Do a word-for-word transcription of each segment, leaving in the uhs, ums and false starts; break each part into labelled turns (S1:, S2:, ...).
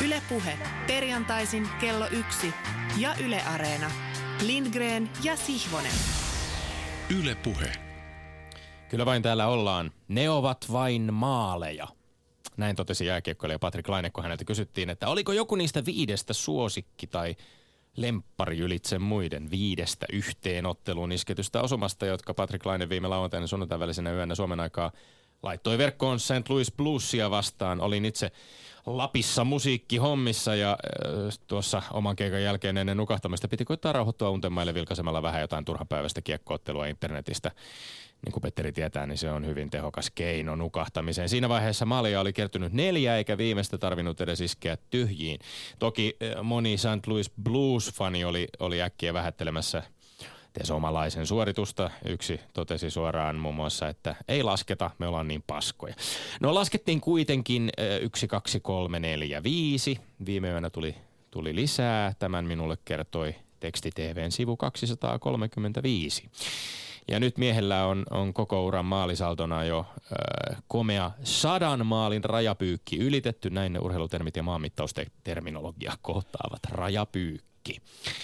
S1: Yle Puhe. Perjantaisin kello yksi ja Yle Areena. Lindgren ja Sihvonen.
S2: Yle Puhe.
S3: Kyllä vain täällä ollaan. Ne ovat vain maaleja. Näin totesi jääkiekkoilija Patrik Laine, kun häneltä kysyttiin, että oliko joku niistä viidestä suosikki tai lemppari ylitse muiden viidestä yhteenotteluun isketystä osumasta, jotka Patrik Laine viime lauantaina sunnuntain välisenä yönä Suomen aikaa laittoi verkkoon Saint Louis Bluesia vastaan. Olin itse Lapissa musiikkihommissa ja äh, tuossa oman keikan jälkeen ennen nukahtamista piti koittaa rauhoittua untemaille vilkaisemalla vähän jotain turhapäiväistä kiekkoottelua internetistä. Niin kuin Petteri tietää, niin se on hyvin tehokas keino nukahtamiseen. Siinä vaiheessa maalia oli kertynyt neljä, eikä viimeistä tarvinnut edes iskeä tyhjiin. Toki moni Saint Louis Blues-fani oli, oli äkkiä vähättelemässä Tees omalaisen suoritusta. Yksi totesi suoraan muun muassa, että ei lasketa, me ollaan niin paskoja. No laskettiin kuitenkin yksi, kaksi, kolme, neljä, viisi. Viime yönä tuli, tuli lisää. Tämän minulle kertoi Teksti T V:n sivu kaksisataakolmekymmentäviisi. Ja nyt miehellä on, on koko uran maalisaltona jo äh, komea sadan maalin rajapyykki ylitetty. Näin ne urheilutermit ja maanmittausterminologia kohtaavat. Rajapyykki.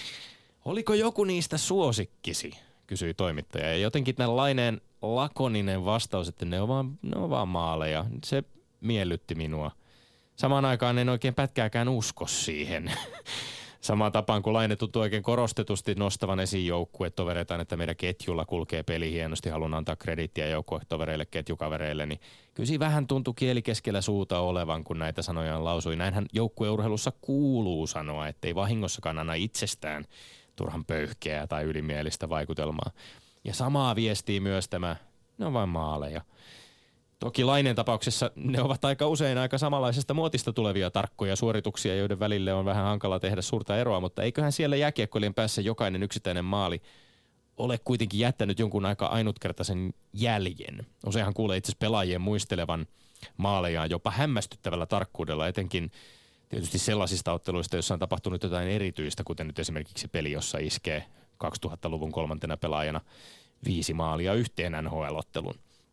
S3: Oliko joku niistä suosikkisi, kysyi toimittaja. Ja jotenkin tämän Laineen lakoninen vastaus, että ne on vaan, ne on vaan maaleja. Se miellytti minua. Samaan aikaan en oikein pätkääkään usko siihen. Samaan tapaan kuin Laine tuntuu oikein korostetusti nostavan esiin joukkuetovereitaan, että meidän ketjulla kulkee peli hienosti, haluan antaa krediittiä joukkuetovereille, ketjukavereille, niin kyllä siinä vähän tuntui kieli keskellä suuta olevan, kun näitä sanojaan lausui. Näinhän joukkueurheilussa kuuluu sanoa, ettei vahingossakaan anna itsestään turhan pöyhkeää tai ylimielistä vaikutelmaa. Ja samaa viestii myös tämä, ne on vain maaleja. Toki Laineen tapauksessa ne ovat aika usein aika samanlaisesta muotista tulevia tarkkoja suorituksia, joiden välille on vähän hankala tehdä suurta eroa, mutta eiköhän siellä jääkiekkoilijan päässä jokainen yksittäinen maali ole kuitenkin jättänyt jonkun aika ainutkertaisen jäljen. Useinhan kuulee itse asiassa pelaajien muistelevan maalejaan jopa hämmästyttävällä tarkkuudella, etenkin tietysti sellaisista otteluista, joissa on tapahtunut jotain erityistä, kuten nyt esimerkiksi peli, jossa iskee kaksituhattaluvun kolmantena pelaajana viisi maalia yhteen N H L-ottelun.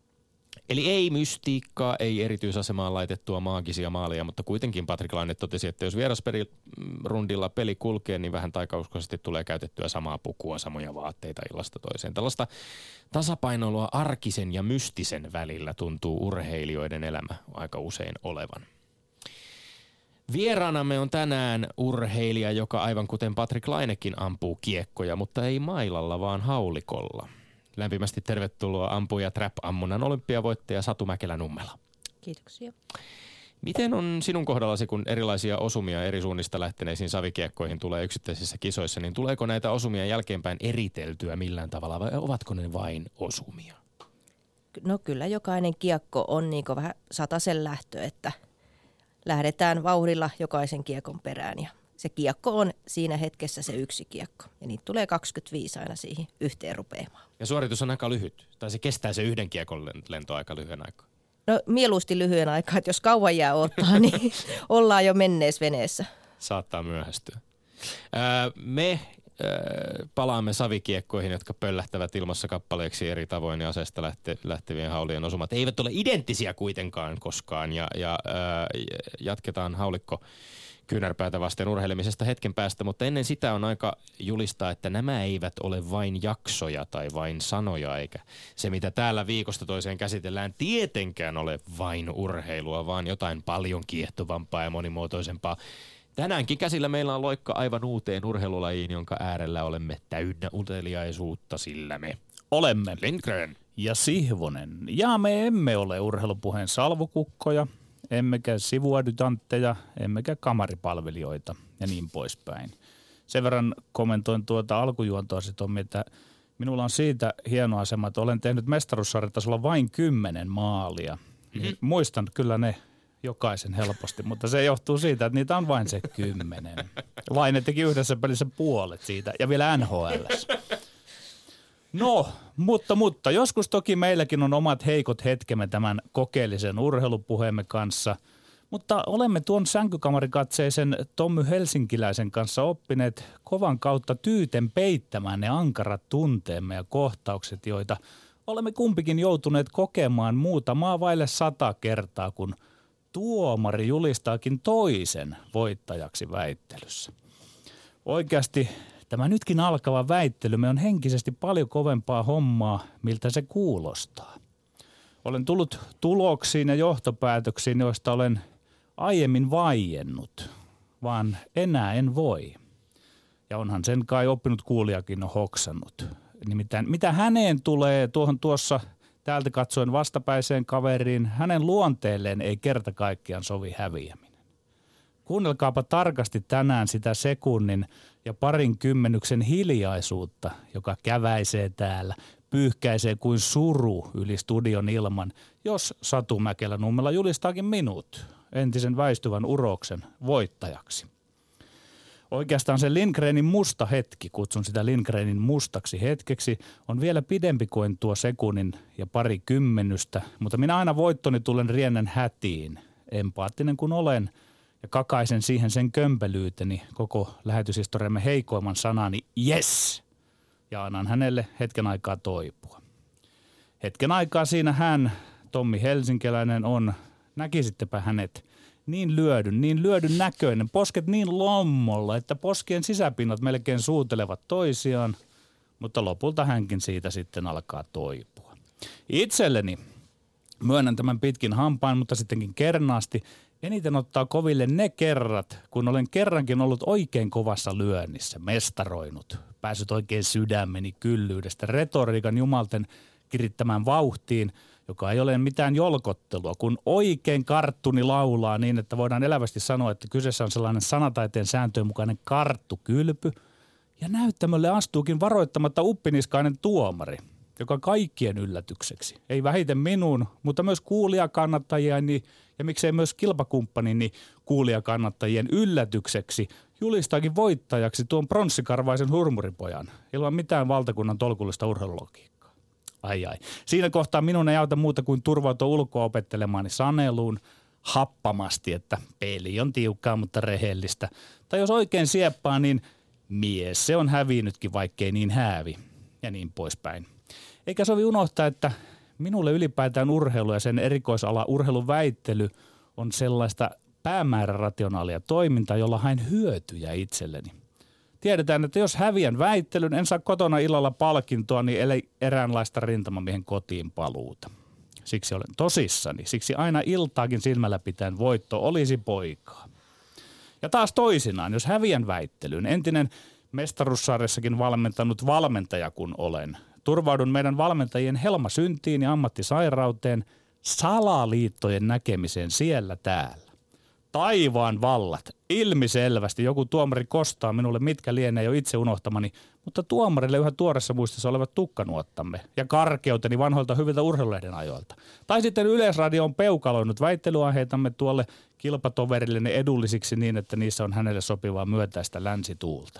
S3: Eli ei mystiikkaa, ei erityisasemaan laitettua maagisia maaleja, mutta kuitenkin Patrik Laine totesi, että jos vierasrundilla peli kulkee, niin vähän taikauskoisesti tulee käytettyä samaa pukua, samoja vaatteita illasta toiseen. Tällaista tasapainoilua arkisen ja mystisen välillä tuntuu urheilijoiden elämä aika usein olevan. Vieraanamme on tänään urheilija, joka aivan kuten Patrik Lainekin ampuu kiekkoja, mutta ei mailalla, vaan haulikolla. Lämpimästi tervetuloa ampuja trap-ammunnan olympiavoittaja Satu Mäkelä-Nummela.
S4: Kiitoksia.
S3: Miten on sinun kohdallasi, kun erilaisia osumia eri suunnista lähteneisiin savikiekkoihin tulee yksittäisissä kisoissa, niin tuleeko näitä osumia jälkeenpäin eriteltyä millään tavalla vai ovatko ne vain osumia?
S4: No kyllä jokainen kiekko on niin kuin vähän sataisen lähtö, että lähdetään vauhdilla jokaisen kiekon perään ja se kiekko on siinä hetkessä se yksi kiekko. Ja niitä tulee kaksikymmentäviisi aina siihen yhteen rupeamaan. Ja
S3: suoritus on aika lyhyt. Tai se kestää se yhden kiekon lento aika lyhyen aikaa.
S4: No mieluusti lyhyen aikaa. Että jos kauan jää odottaa, niin ollaan jo menneessä veneessä.
S3: Saattaa myöhästyä. Öö, me öö, palaamme savikiekkoihin, jotka pöllähtävät ilmassa kappaleeksi eri tavoin. Ja aseesta lähte, lähtevien haulien osumat eivät ole identtisiä kuitenkaan koskaan. Ja, ja öö, jatketaan haulikko kyynärpäätä vasten urheilemisesta hetken päästä, mutta ennen sitä on aika julistaa, että nämä eivät ole vain jaksoja tai vain sanoja, eikä se, mitä täällä viikosta toiseen käsitellään, tietenkään ole vain urheilua, vaan jotain paljon kiehtovampaa ja monimuotoisempaa. Tänäänkin käsillä meillä on loikka aivan uuteen urheilulajiin, jonka äärellä olemme täynnä uteliaisuutta, sillä me
S5: olemme
S3: Lindgren
S5: ja Sihvonen. Ja me emme ole urheilupuheen salvukukkoja, emmekä sivuadjutantteja, emmekä kamaripalvelijoita ja niin poispäin. Sen verran kommentoin tuota alkujuontoa Tommi, että minulla on siitä hieno asema, että olen tehnyt mestaruussarjatasolla vain kymmenen maalia. Mm-hmm. Muistan kyllä ne jokaisen helposti, mutta se johtuu siitä, että niitä on vain se kymmenen. Laine teki yhdessä pelissä puolet siitä ja vielä N H L:ssä. No, mutta, mutta joskus toki meilläkin on omat heikot hetkemme tämän kokeellisen urheilupuheemme kanssa, mutta olemme tuon sänkykamarikatseisen Tommy Helsinkiläisen kanssa oppineet kovan kautta tyyten peittämään ne ankarat tunteemme ja kohtaukset, joita olemme kumpikin joutuneet kokemaan muutamaa vaille sata kertaa, kun tuomari julistaakin toisen voittajaksi väittelyssä. Oikeasti tämä nytkin alkava väittelymme on henkisesti paljon kovempaa hommaa, miltä se kuulostaa. Olen tullut tuloksiin ja johtopäätöksiin, joista olen aiemmin vaiennut, vaan enää en voi. Ja onhan sen kai oppinut kuulijakin on hoksannut. Nimittäin mitä häneen tulee tuohon tuossa täältä katsoen vastapäiseen kaveriin, hänen luonteelleen ei kerta kaikkiaan sovi häviäminen. Kuunnelkaapa tarkasti tänään sitä sekunnin ja parin kymmenyksen hiljaisuutta, joka käväisee täällä, pyyhkäisee kuin suru yli studion ilman, jos Satu Mäkelä-Nummela julistaakin minut, entisen väistyvän uroksen, voittajaksi. Oikeastaan se Lindgrenin musta hetki, kutsun sitä Lindgrenin mustaksi hetkeksi, on vielä pidempi kuin tuo sekunnin ja pari kymmenystä, mutta minä aina voittoni tulen riennän hätiin, empaattinen kun olen, ja kakaisen siihen sen kömpelyyteni koko lähetyshistoriamme heikoimman sanani yes, ja annan hänelle hetken aikaa toipua. Hetken aikaa siinä hän, Tommi Helsinkiläinen, on, näkisittepä hänet, niin lyödyn, niin lyödyn näköinen, posket niin lommolla, että poskien sisäpinnat melkein suutelevat toisiaan, mutta lopulta hänkin siitä sitten alkaa toipua. Itselleni myönnän tämän pitkin hampain, mutta sittenkin kernaasti eniten ottaa koville ne kerrat, kun olen kerrankin ollut oikein kovassa lyönnissä, mestaroinut, päässyt oikein sydämeni kyllyydestä, retoriikan jumalten kirittämään vauhtiin, joka ei ole mitään jolkottelua, kun oikein karttuni laulaa niin, että voidaan elävästi sanoa, että kyseessä on sellainen sanataiteen sääntöjen mukainen karttukylpy. Ja näyttämölle astuukin varoittamatta uppiniskainen tuomari, joka kaikkien yllätykseksi, ei vähiten minun, mutta myös kuulijakannattajien ja miksei myös kilpakumppanini kuulijakannattajien yllätykseksi julistaakin voittajaksi tuon pronssikarvaisen hurmuripojan ilman mitään valtakunnan tolkullista urheilulogiikkaa. Ai ai. Siinä kohtaa minun ei auta muuta kuin turvautua ulkoa opettelemaani saneluun happamasti, että peli on tiukkaa, mutta rehellistä. Tai jos oikein sieppaa, niin mies se on hävinnytkin, vaikkei niin häävi. Ja niin poispäin. Eikä sovi unohtaa, että minulle ylipäätään urheilu ja sen erikoisala urheilun väittely on sellaista päämäärärationaalia toimintaa, jolla haen hyötyjä itselleni. Tiedetään, että jos häviän väittelyn, en saa kotona illalla palkintoa, niin eli eräänlaista rintamamiehen kotiin paluuta. Siksi olen tosissani, siksi aina iltaakin silmällä pitäen voitto olisi poikaa. Ja taas toisinaan, jos häviän väittelyn, entinen mestaruussarjassakin valmentanut valmentaja kun olen, turvaudun meidän valmentajien helmasyntiin ja ammattisairauteen, salaliittojen näkemiseen siellä täällä. Taivaan vallat, ilmiselvästi joku tuomari kostaa minulle, mitkä lienee jo itse unohtamani, mutta tuomarille yhä tuoressa muistissa olevat tukkanuottamme ja karkeuteni vanhoilta hyviltä urheilulehden ajoilta. Tai sitten Yleisradio on peukaloinut väittelyaiheitamme tuolle kilpatoverillenne edullisiksi niin, että niissä on hänelle sopivaa myötäistä länsituulta.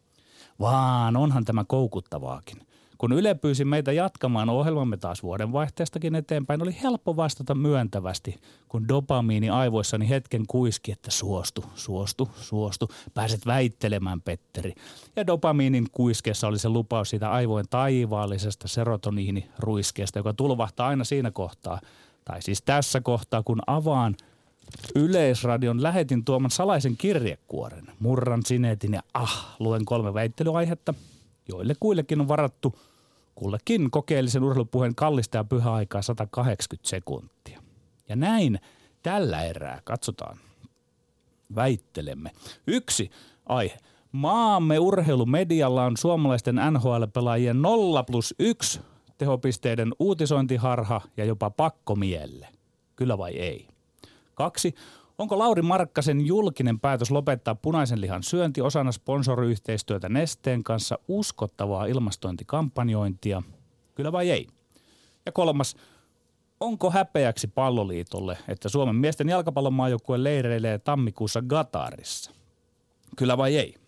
S5: Vaan onhan tämä koukuttavaakin. Kun Yle pyysi meitä jatkamaan ohjelmamme taas vuodenvaihteestakin eteenpäin, oli helppo vastata myöntävästi, kun dopamiini aivoissani hetken kuiski, että suostu, suostu, suostu, pääset väittelemään, Petteri. Ja dopamiinin kuiskeessa oli se lupaus siitä aivojen taivaallisesta serotoniiniruiskeesta, joka tulvahtaa aina siinä kohtaa, tai siis tässä kohtaa, kun avaan Yleisradion lähetin tuoman salaisen kirjekuoren, murran sinetin ja ah, luen kolme väittelyaihetta, joille kuillekin on varattu kullekin kokeellisen urheilupuheen kallista ja pyhäaikaa sata kahdeksankymmentä sekuntia. Ja näin tällä erää, katsotaan, väittelemme. Yksi aihe. Maamme urheilumedialla on suomalaisten N H L-pelaajien nolla plus yksi tehopisteiden uutisointiharha ja jopa pakkomielle. Kyllä vai ei? Kaksi. Onko Lauri Markkasen julkinen päätös lopettaa punaisen lihan syönti osana sponsoriyhteistyötä Nesteen kanssa uskottavaa ilmastointikampanjointia? Kyllä vai ei? Ja kolmas. Onko häpeäksi Palloliitolle, että Suomen miesten jalkapallomaajoukkue leireilee tammikuussa Qatarissa? Kyllä vai ei?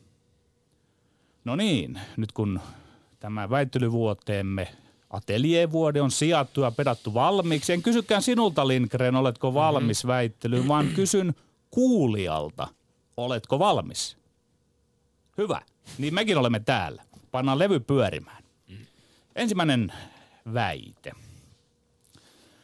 S5: No niin, nyt kun tämä väittelyvuoteemme ateljeevuode on sijattu ja pedattu valmiiksi. En kysykään sinulta, Lindgren, oletko valmis mm-hmm. väittelyyn, vaan kysyn kuulijalta, oletko valmis? Hyvä, niin mekin olemme täällä. Pannaan levy pyörimään. Mm. Ensimmäinen väite.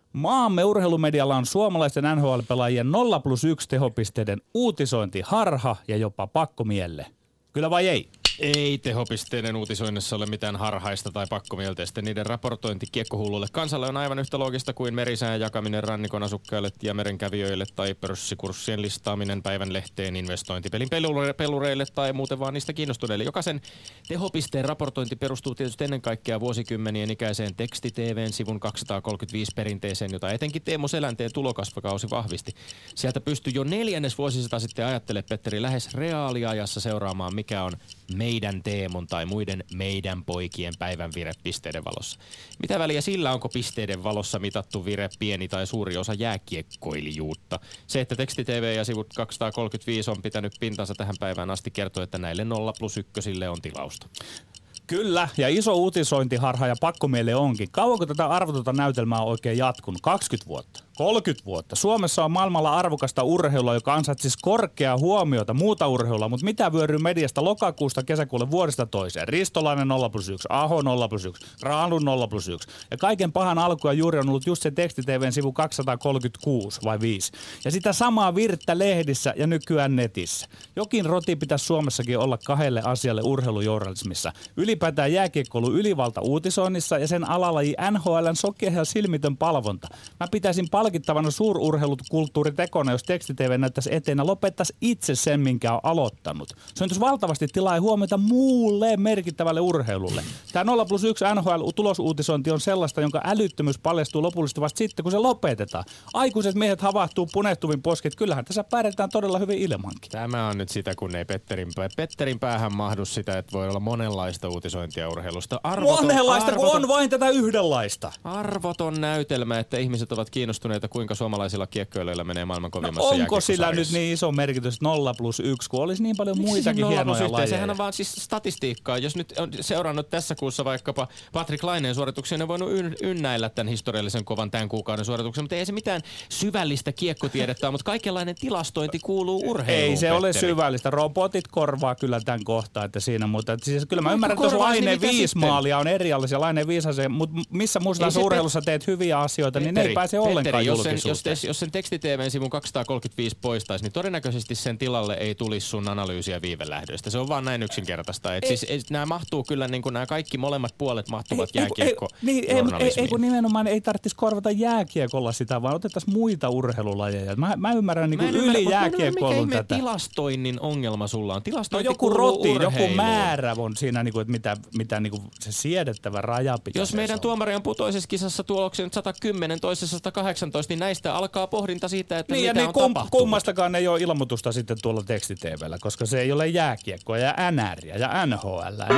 S5: Maamme urheilumedialla on suomalaisten N H L-pelaajien nolla plus yksi tehopisteiden uutisointi harha ja jopa pakkomielle. Kyllä vai ei?
S3: Ei tehopisteiden uutisoinnissa ole mitään harhaista tai pakkomielteistä. Niiden raportointi kiekkohullulle kansalle on aivan yhtä loogista kuin merisään jakaminen rannikon asukkaille ja merenkävijöille tai pörssikurssien listaaminen päivän lehteen investointipelin pelureille tai muuten vaan niistä kiinnostuneille. Jokaisen tehopisteen raportointi perustuu tietysti ennen kaikkea vuosikymmenien ikäiseen teksti-tv:n sivun kaksisataakolmekymmentäviisi perinteeseen, jota etenkin Teemu Selänteen tulokasvakausi vahvisti. Sieltä pystyi jo neljännes vuosisata sitten ajattele Petteri lähes reaaliajassa seuraamaan, mikä on meidän Teemun tai muiden meidän poikien päivän vire pisteiden valossa. Mitä väliä sillä, onko pisteiden valossa mitattu vire pieni tai suuri osa jääkiekkoilijuutta? Se, että teksti-tv ja sivut kaksisataakolmekymmentäviisi on pitänyt pintansa tähän päivään asti, kertoo, että näille nolla plus ykkösille on tilausta.
S5: Kyllä, ja iso uutisointiharha ja pakkomielle onkin. Kauanko tätä arvotonta näytelmää on oikein jatkunut? kaksikymmentä vuotta. kolmekymmentä vuotta. Suomessa on maailmalla arvokasta urheilua, joka ansaitsisi korkeaa huomiota muuta urheilua, mutta mitä vyöryy mediasta lokakuusta kesäkuulle vuodesta toiseen? Ristolainen nolla plus yksi, Aho nolla plus yksi, Granlund nolla plus yksi. Ja kaiken pahan alku ja juuri on ollut just se teksti-tv:n sivu kaksisataakolmekymmentäkuusi vai viisi. Ja sitä samaa virttä lehdissä ja nykyään netissä. Jokin roti pitäisi Suomessakin olla kahdelle asialle urheilujournalismissa. Ylipäätään jääkiekkoilu ylivalta uutisoinnissa ja sen alalaji N H L:n sokea ja silmitön palvonta. Mä pitäisin palkittavana suururheilukulttuuritekona, jos teksti-tv näyttäisi eteen ja lopettaisi itse sen, minkä on aloittanut. Se on valtavasti tilaa ja huomiota muulle merkittävälle urheilulle. Tämä nolla plus yksi N H L-tulosuutisointi on sellaista, jonka älyttömyys paljastuu lopullisesti vasta sitten, kun se lopetetaan. Aikuiset miehet havahtuu punehtuvin posket. Kyllähän tässä pärjätään todella hyvin ilmankin.
S3: Tämä on nyt sitä, kun ei Petterin, Petterin päähän mahdu sitä, että voi olla monenlaista uutisointia urheilusta. Arvoton,
S5: monenlaista,
S3: arvoton,
S5: kun on vain tätä yhdenlaista.
S3: Arvoton näytelmä, että ihmiset ovat kiinnostuneita, kuinka suomalaisilla kiekkoilijoilla menee maailman kovimmassa
S5: no, onko sillä nyt niin iso merkitys nolla plus yksi, kun olisi niin paljon muitakin hienoja lajeja?
S3: Sehän on vaan siis statistiikkaa. Jos nyt on seurannut tässä kuussa vaikkapa Patrick Laineen suorituksia, ne voinut ynnäillä tämän historiallisen kovan tämän kuukauden suorituksen, mutta ei se mitään syvällistä kiekkotiedettä, mutta kaikenlainen tilastointi kuuluu urheiluun.
S5: Ei se
S3: Petteri.
S5: ole syvällistä. Robotit korvaa kyllä tämän kohtaa, että siinä, mutta siis kyllä mä ymmärrän, että Laineen viisi maalia on erilaisia, Laineen viisi asia, mutta missä muussa urheilussa teet hyviä asioita, Petteri, niin ne ei pääse
S3: Petteri,
S5: ollenkaan
S3: jos sen,
S5: julkisuuteen.
S3: Jos, jos sen teksti-tv:n sivun kaksisataakolmekymmentäviisi poistaisi, niin todennäköisesti sen tilalle ei tulisi sun analyysiä viivelähdöistä. Se on vaan näin yksinkertaista. Et siis, et, nämä mahtuu kyllä, niin kuin nämä kaikki molemmat puolet mahtuvat jääkiekko-journalismiin.
S5: Ei, ei, kun nimenomaan ei tarvitsisi korvata jääkiekolla sitä, vaan otettaisiin muita urheilulajeja. Mä, mä ymmärrän niin kuin yli jääkiekkoilun tätä.
S3: Mikä tilastoinnin ongelma sulla on? Tilastointi
S5: no joku roti,
S3: urheiluun.
S5: joku määrä on siinä, niin kuin, että mitä, mitä niin kuin se siedettävä raja pitää.
S3: Jos meidän tuomari on toisessa kisassa tuloksen sata kymmenen, toisessa sata kahdeksantoista, niin näistä alkaa pohdinta siitä, että niin, mitä niin, on kum, tapahtunut.
S5: Kummastakaan ei ole ilmoitusta sitten tuolla teksti-tv:llä, koska se ei ole jääkiekkoa ja N R:ää ja N H L.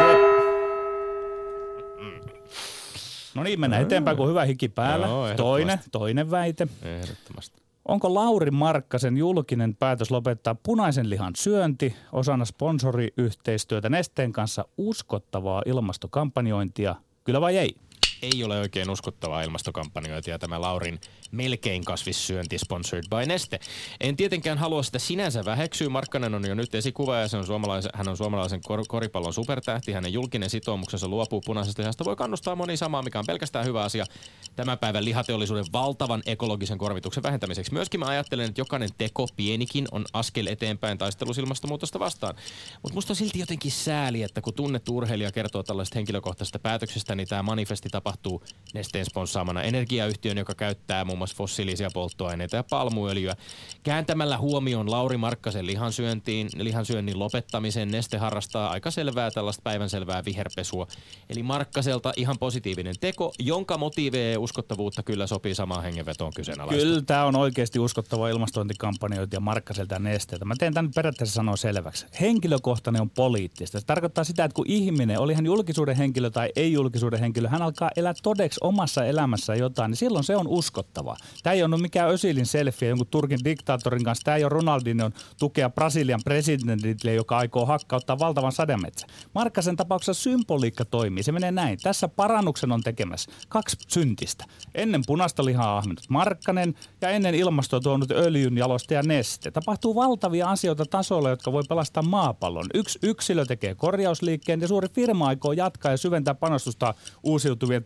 S5: No niin, mennään eteenpäin, kun hyvä hiki päällä.
S3: Joo,
S5: toinen, toinen väite.
S3: Ehdottomasti.
S5: Onko Lauri Markkasen julkinen päätös lopettaa punaisen lihan syönti osana sponsoriyhteistyötä Nesteen kanssa uskottavaa ilmastokampanjointia? Kyllä vai ei?
S3: Ei ole oikein uskottavaa ilmastokampanjointia tämä Laurin melkein kasvissyönti sponsored by Neste. En tietenkään halua sitä sinänsä väheksyä. Markkanen on jo nyt esikuva ja se on suomalaisen, hän on suomalaisen kor- koripallon supertähti. Hänen julkinen sitoumuksensa luopuu punaisesta lihasta voi kannustaa moni samaa, mikä on pelkästään hyvä asia tämän päivän lihateollisuuden valtavan ekologisen korvituksen vähentämiseksi. Myöskin mä ajattelen, että jokainen teko, pienikin, on askel eteenpäin taistelussa ilmastonmuutosta vastaan. Mutta musta on silti jotenkin sääli, että kun tunnettu urheilija kertoo tällaista henkilökohtaisesta päätöksestä, niin tämä manifesti tapahtuu Nesteen sponssaamana energiayhtiön, joka käyttää muun muassa fossiilisia polttoaineita ja palmuöljyä. Kääntämällä huomioon Lauri Markkasen lihansyöntiin, lihansyönnin lopettamisen Neste harrastaa aika selvää tällaista päivänselvää viherpesua. Eli Markkaselta ihan positiivinen teko, jonka motiivee uskottavuutta kyllä sopii samaan hengenvetoon kyseenalaista.
S5: Kyllä tämä on oikeasti uskottava ilmastointikampanjoita ja Markkaselta ja Nesteeltä. Mä teen tämän periaatteessa sanoa selväksi. Henkilökohtainen on poliittista. Se tarkoittaa sitä, että kun ihminen, oli hän julkisuuden henkilö tai ei julkisuuden henkilö, hän alkaa elää todeksi omassa elämässä jotain, niin silloin se on uskottavaa. Tämä ei ole mikään Özilin selfie jonkun Turkin diktaattorin kanssa. Tämä ei ole Ronaldinhon tukea Brasilian presidentille, joka aikoo hakkauttaa valtavan sademetsä. Markkasen tapauksessa symboliikka toimii. Se menee näin. Tässä parannuksen on tekemässä kaksi syntistä. Ennen punaista lihaa ahminut Markkanen ja ennen ilmastoa tuonut öljyn jalostaja Neste. Tapahtuu valtavia asioita tasolla, jotka voi pelastaa maapallon. Yksi yksilö tekee korjausliikkeen ja suuri firma aikoo jatkaa ja syventää panostusta uusiutuvien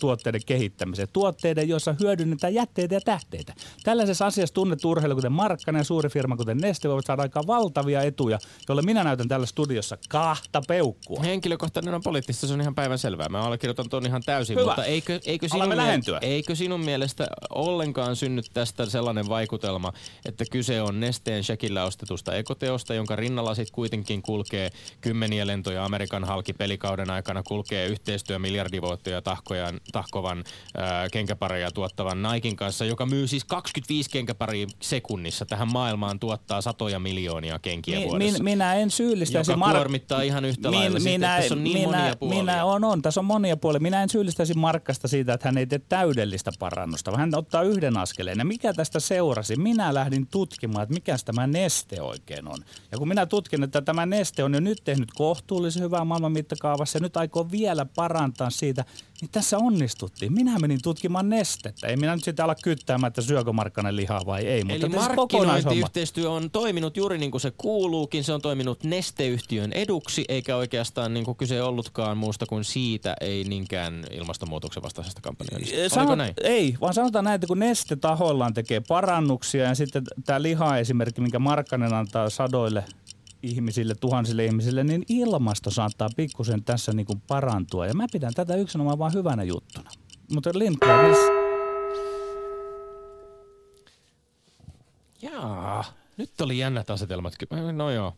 S5: tuotteiden kehittämiseen. Tuotteiden, joissa hyödynnetään jätteitä ja tähteitä. Tällaisessa asiassa tunnettu urheilu, kuten Markkanen ja suuri firma, kuten Neste, voivat saada aikaan valtavia etuja, jolle minä näytän tällä studiossa kahta peukkua.
S3: Henkilökohtainen on poliittista, se on ihan päivän selvää. Mä allekirjoitan tuon ihan täysin,
S5: Hyvä.
S3: mutta eikö, eikö, sinun mielestä, eikö sinun mielestä ollenkaan synny tästä sellainen vaikutelma, että kyse on Nesteen shekillä ostetusta ekoteosta, jonka rinnalla sitten kuitenkin kulkee kymmeniä lentoja Amerikan halki pelikauden aikana, kulkee yhteistyö miljardivoittoja tahkojan, tahkovan ää, kenkäpareja tuottavan Niken kanssa, joka myy siis kaksikymmentäviisi kenkäparia sekunnissa. Tähän maailmaan tuottaa satoja miljoonia kenkiä
S5: Mi,
S3: vuodessa.
S5: Min, minä en syyllistäisi...
S3: Joka
S5: Mar-
S3: kuormittaa ihan yhtä
S5: min,
S3: lailla.
S5: Minä,
S3: Sitten, tässä on niin
S5: minä,
S3: monia puolia.
S5: minä on, on, tässä on monia puolia. Minä en syyllistäisi Markkasta siitä, että hän ei tee täydellistä parannusta, vaan hän ottaa yhden askeleen. Ja mikä tästä seurasi? Minä lähdin tutkimaan, että mikä tämä Neste oikein on. Ja kun minä tutkin, että tämä Neste on jo nyt tehnyt kohtuullisen hyvää maailman mittakaavassa ja nyt aikoo vielä parantaa siitä, niin tässä onnistuttiin. Minä menin tutkimaan Nestettä. Ei minä nyt sitten ala kyttäämään, että syökö Markkanen lihaa vai ei. Mutta
S3: eli markkinointiyhteistyö on toiminut juuri niin kuin se kuuluukin. Se on toiminut Neste-yhtiön eduksi, eikä oikeastaan niin kuin kyse ollutkaan muusta kuin siitä, ei niinkään ilmastonmuutoksen vastaisesta kampanjoinnista. Oliko näin?
S5: Ei, vaan sanotaan näin, että kun Neste tahoillaan tekee parannuksia ja sitten tämä liha-esimerkki, minkä Markkanen antaa sadoille ihmisille, tuhansille ihmisille, niin ilmasto saattaa pikkusen tässä niin kuin parantua. Ja mä pidän tätä yksinomaan vaan hyvänä juttuna. Mutta Lindgren...
S3: Jaa, nyt oli jännät asetelmat. No joo.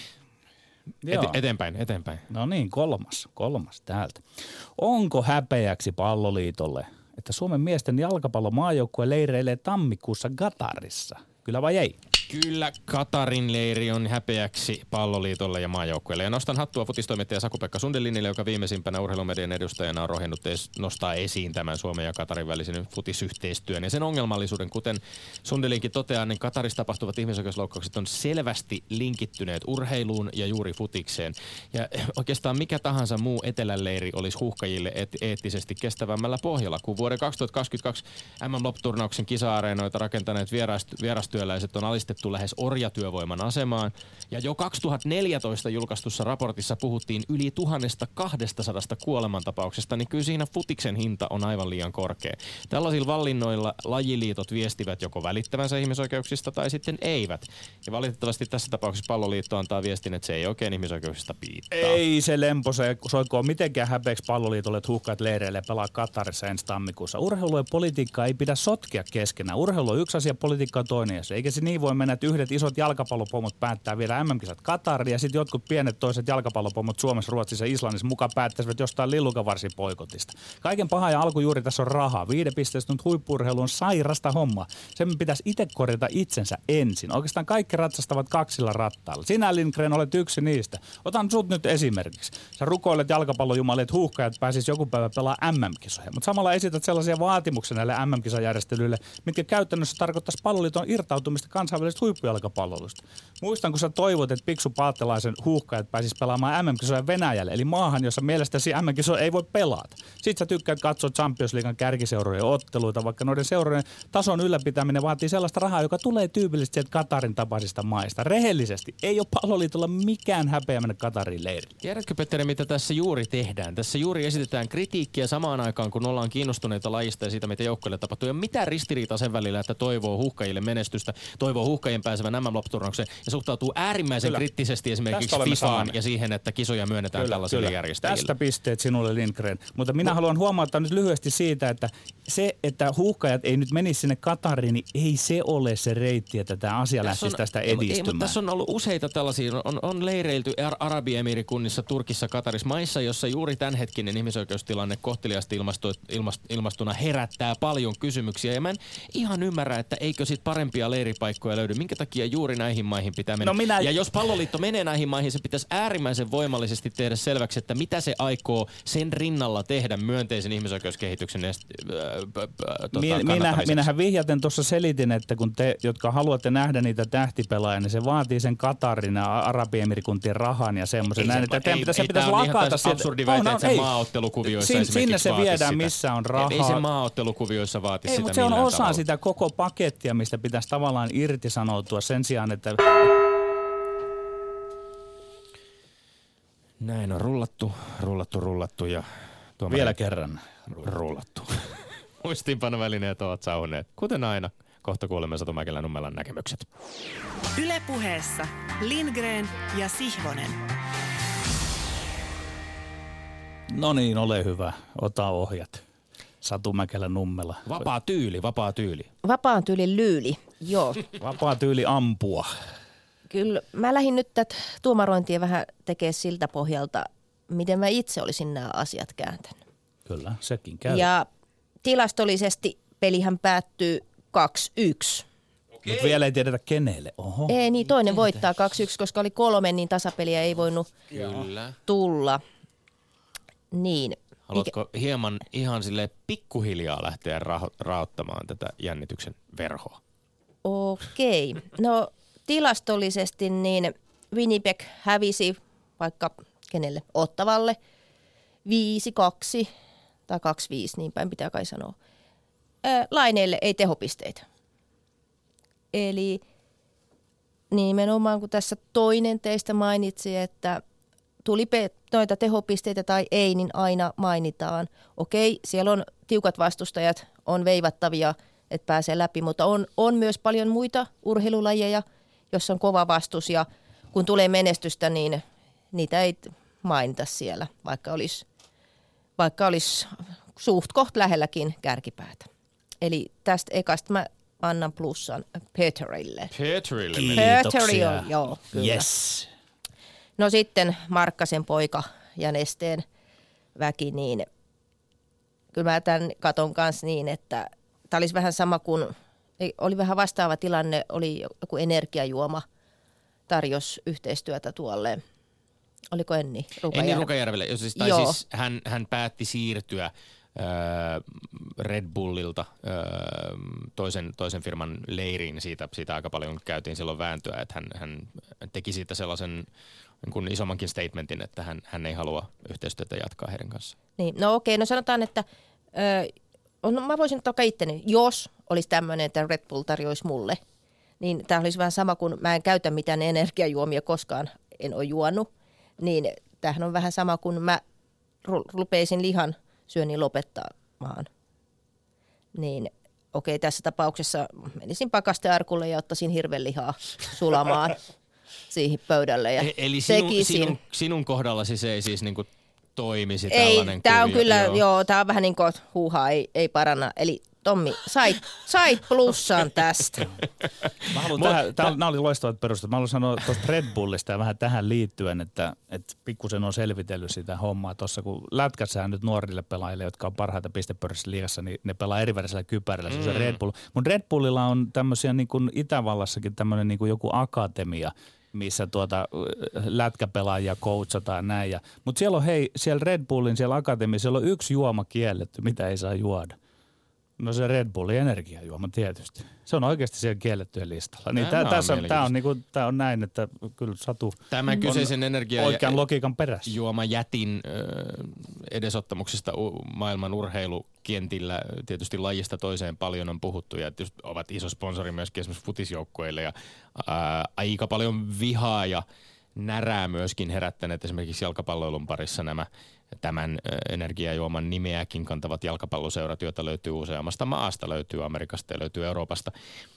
S5: Joo.
S3: Et, eteenpäin, eteenpäin.
S5: No niin, kolmas, kolmas täältä. Onko häpeäksi Palloliitolle, että Suomen miesten jalkapallomaajoukkue leireilee tammikuussa Qatarissa? Kyllä vai ei?
S3: Kyllä Katarin leiri on häpeäksi Palloliitolle ja maajoukkueelle. Ja nostan hattua futistoimittaja Saku-Pekka Sundelinille, joka viimeisimpänä urheilumedian edustajana on rohjennut nostaa esiin tämän Suomen ja Katarin välisen futisyhteistyön. Ja sen ongelmallisuuden, kuten Sundelinkin toteaa, niin Katarissa tapahtuvat ihmisoikeusloukkaukset on selvästi linkittyneet urheiluun ja juuri futikseen. Ja oikeastaan mikä tahansa muu etelän leiri olisi huuhkajille et- eettisesti kestävämmällä pohjalla, kun vuoden kaksituhattakaksikymmentäkaksi M M-lop-turnauksen kisa-areenoita rakentaneet vierast- vierastyöläiset on alistettu lähes orjatyövoiman asemaan. Ja jo kaksituhattaneljätoista julkaistussa raportissa puhuttiin yli tuhatkaksisataa kuolemantapauksesta, niin kyllä siinä futiksen hinta on aivan liian korkea. Tällaisilla vallinnoilla lajiliitot viestivät joko välittävänsä ihmisoikeuksista tai sitten eivät. Ja valitettavasti tässä tapauksessa Palloliitto antaa viestin, että se ei oikein ihmisoikeuksista piittaa.
S5: Ei se lempo se soikoon mitenkään häpeäksi Palloliitolle, että huuhkajat leireille pelaa Katarissa ensi tammikuussa. Urheilu ja politiikkaa ei pidä sotkea keskenään. Urheilu on yksi asia, politiikka on toinen asia. Eikä se niin voi mennä, että yhdet isot jalkapallopomot päättää viedä M M-kisat Katariin ja sitten jotkut pienet toiset jalkapallopomot Suomessa, Ruotsissa ja Islannissa mukaan päättäisivät jostain lillukavarsipoikotista. Kaiken paha ja alkujuuri tässä on rahaa. Viidepisteistä nyt huippu-urheilu on sairasta hommaa. Sen pitäisi itse korjata itsensä ensin. Oikeastaan kaikki ratsastavat kaksilla rattailla. Sinä, Lindgren, olet yksi niistä. Otan sut nyt esimerkiksi. Sä rukoilet jalkapallojumalle, että huuhkajat pääsis joku päivä pelaa M M-kisoja. Mutta samalla esität sellaisia vaatimuksia näille M M-kisajärjestelyille, mitkä käytännössä tarkoittaisi Palloliiton irtautumista kansainvälisestä huippujälkapalloilusta. Muistan, kun sä toivot, että Piksu Paattelaisen huuhkajat pääsis pelaamaan M M-kisoja Venäjälle, eli maahan, jossa mielestäsi M M-kisoja ei voi pelata. Sitten sä tykkäät katsoa Champions Leaguean kärkiseurojen otteluita, vaikka noiden seurojen tason ylläpitäminen vaatii sellaista rahaa, joka tulee tyypillisesti sieltä Katarin tapaisista maista. Rehellisesti ei ole Palloliitolla mikään häpeä mennä Katarin leirille.
S3: Tiedätkö, Petteri, mitä tässä juuri tehdään? Tässä juuri esitetään kritiikkiä samaan aikaan, kun ollaan kiinnostuneita lajista ja siitä, mitä joukkoille tapahtuu. Ja mitä ristiriita sen välillä, että toivoo huuhkajille menestystä, toivoo huuhkajien pääsevän M M-lop-turnaukseen ja suhtautuu äärimmäisen Kyllä. kriittisesti esimerkiksi FIFAan ja siihen, että kisoja myönnetään Kyllä, tällaisille Kyllä. järjestäjille.
S5: Tästä pisteet sinulle, Lindgren. Mutta minä no. haluan huomauttaa nyt lyhyesti siitä, että se, että huuhkajat ei nyt menisi sinne Katariin, niin ei se ole se reitti, että tämä asia lähtisi tästä edistymään. Ei, mutta
S3: tässä on ollut useita tällaisia, on, on leireilty Arabiemiirikunnissa, Turkissa, Katarissa, maissa, jossa juuri tämänhetkinen ihmisoikeustilanne kohteliaasti ilmastu, ilmast, ilmastuna herättää paljon kysymyksiä. Ja mä en ihan ymmärrä, että eikö sit parempia leiripaikkoja löydy. Minkä takia juuri näihin maihin pitää mennä?
S5: No minä...
S3: Ja jos Palloliitto menee näihin maihin, se pitäisi äärimmäisen voimallisesti tehdä selväksi, että mitä se aikoo sen rinnalla tehdä myönteisen ihmisoikeuskehityksen äh, tota,
S5: Minä, minähän vihjaten tuossa selitin, että kun te, jotka haluatte nähdä niitä tähtipelaajia, niin se vaatii sen Katarin ja Arabiemiirikuntien rahan ja semmoisen. Näin, että ei,
S3: pitäisi, ei,
S5: pitäisi
S3: tämä
S5: lakata
S3: on ihan absurdi väite, että se maaottelukuvioissa
S5: Sin,
S3: esimerkiksi
S5: sinne se viedään,
S3: sitä.
S5: Missä on rahaa.
S3: Ei, ei se maaottelukuvioissa vaati
S5: ei,
S3: sitä
S5: mutta se on osa
S3: tavalla.
S5: sitä koko pakettia, mistä pitäisi tavallaan irtisanoutua sen sijaan, että...
S3: Näin on rullattu, rullattu, rullattu ja Tuomari
S5: Vielä kerran
S3: rullattu. Muistiinpanovälineet ovat sauneet. Kuten aina, kohta kuulemme Satu Mäkelä-Nummelan näkemykset.
S1: Yle Puheessa Lindgren ja Sihvonen.
S5: No niin, ole hyvä. Ota ohjat. Satu Mäkelä-Nummela.
S3: Vapaa tyyli, vapaa tyyli.
S4: Vapaan tyylin lyyli, joo.
S5: Vapaa tyyli ampua.
S4: Kyllä mä lähdin nyt tätä tuomarointia vähän tekemään siltä pohjalta, miten mä itse olisin nämä asiat kääntänyt.
S5: Kyllä, sekin käy.
S4: Ja tilastollisesti pelihän päättyy kaksi yksi.
S5: Mutta vielä ei tiedetä kenelle. Oho.
S4: Ei niin, toinen voittaa kaksi yksi, koska oli kolme, niin tasapeliä ei voinut
S3: Kyllä.
S4: tulla. Niin.
S3: Haluatko hieman ihan sille pikkuhiljaa lähteä raho- raottamaan tätä jännityksen verhoa?
S4: Okei. No tilastollisesti niin Winnipeg hävisi vaikka kenelle? Ottavalle viisi kaksi tai kaksi viisi, niin päin pitää kai sanoa. Ää, Laineille ei tehopisteitä. Eli nimenomaan kun tässä toinen teistä mainitsi, että tuli pe- noita tehopisteitä tai ei, niin aina mainitaan. Okei, siellä on tiukat vastustajat, on veivattavia, että pääsee läpi, mutta on, on myös paljon muita urheilulajeja, jossa on kova vastus ja kun tulee menestystä, niin niitä ei mainita siellä, vaikka olisi, vaikka olisi suht koht lähelläkin kärkipäätä. Eli tästä ekasta mä annan plussan Peterille.
S3: Peterille.
S4: Peteri on, joo, kyllä.
S5: Yes.
S4: No sitten Markkasen poika ja Nesteen väki, niin kyllä mä tämän katon kanssa niin, että tämä olisi vähän sama kuin, oli vähän vastaava tilanne, oli joku energiajuoma tarjosi yhteistyötä tuolle, oliko Enni Rukajärvelle?
S3: Enni Rukajärvelle, siis, tai
S4: Joo.
S3: siis hän, hän päätti siirtyä Red Bullilta toisen, toisen firman leiriin. Siitä, siitä aika paljon käytiin silloin vääntöä, että hän, hän teki siitä sellaisen niin kuin isommankin statementin, että hän, hän ei halua yhteistyötä jatkaa heidän kanssaan.
S4: Niin, no okei, no sanotaan, että ö, no mä voisin ottaa itteni, jos olisi tämmöinen, että Red Bull tarjoisi mulle, niin tämä olisi vähän sama kuin mä en käytä mitään energiajuomia koskaan, en ole juonut, niin tämähän on vähän sama kuin mä rupeisin lihan syöni lopettamaan. Niin okei, tässä tapauksessa menisin pakastearkulle ja ottaisin hirvenlihaa sulamaan siihen pöydälle ja
S3: e- Eli sinun,
S4: tekisin.
S3: sinun, sinun kohdallasi se ei siis niin kuin toimisi
S4: Ei,
S3: tällainen
S4: tämä on
S3: kuvio,
S4: kyllä,
S3: joo.
S4: joo, tämä on vähän niin kuin huuhaa, ei, ei paranna. Eli Tommi, sait, sait plussan tästä.
S5: Mä haluan tähän, tää, nämä oli loistavat perusteet. Mä haluan sanoa tuosta Red Bullista ja vähän tähän liittyen, että, että pikkusen on selvitellyt sitä hommaa tuossa, kun lätkässähän nyt nuorille pelaajille, jotka on parhaita pistepörssissä liigassa, niin ne pelaa erivärisellä kypärillä, se on se
S3: Mm.
S5: Red Bull. Mutta Red Bullilla on tämmöisiä niin kuin Itävallassakin tämmöinen niin kuin joku akatemia, missä tuota lätkäpelaajia coachataan näin. Mutta siellä on hei, siellä Red Bullin, siellä akatemiassa, siellä on yksi juoma kielletty, mitä ei saa juoda. No se Red Bullin energiajuoma tietysti. Se on oikeasti siellä kiellettyjen listalla. Niin
S3: Tämä
S5: tää,
S3: on
S5: tässä on, tää on,
S3: mielenkiintoista.
S5: niinku, tää on näin, että kyllä Satu
S3: Tämän kyseisen energia-
S5: oikean logiikan perässä.
S3: juoma jätin ö, edesottamuksista u- maailman urheilukentillä tietysti lajista toiseen paljon on puhuttu ja tietysti ovat iso sponsori myöskin esimerkiksi futisjoukkueille ja ää, aika paljon vihaa ja närää myöskin herättäneet esimerkiksi jalkapalloilun parissa nämä tämän ö, energiajuoman nimeäkin kantavat jalkapalloseurat, joita löytyy useammasta maasta, löytyy Amerikasta ja löytyy Euroopasta.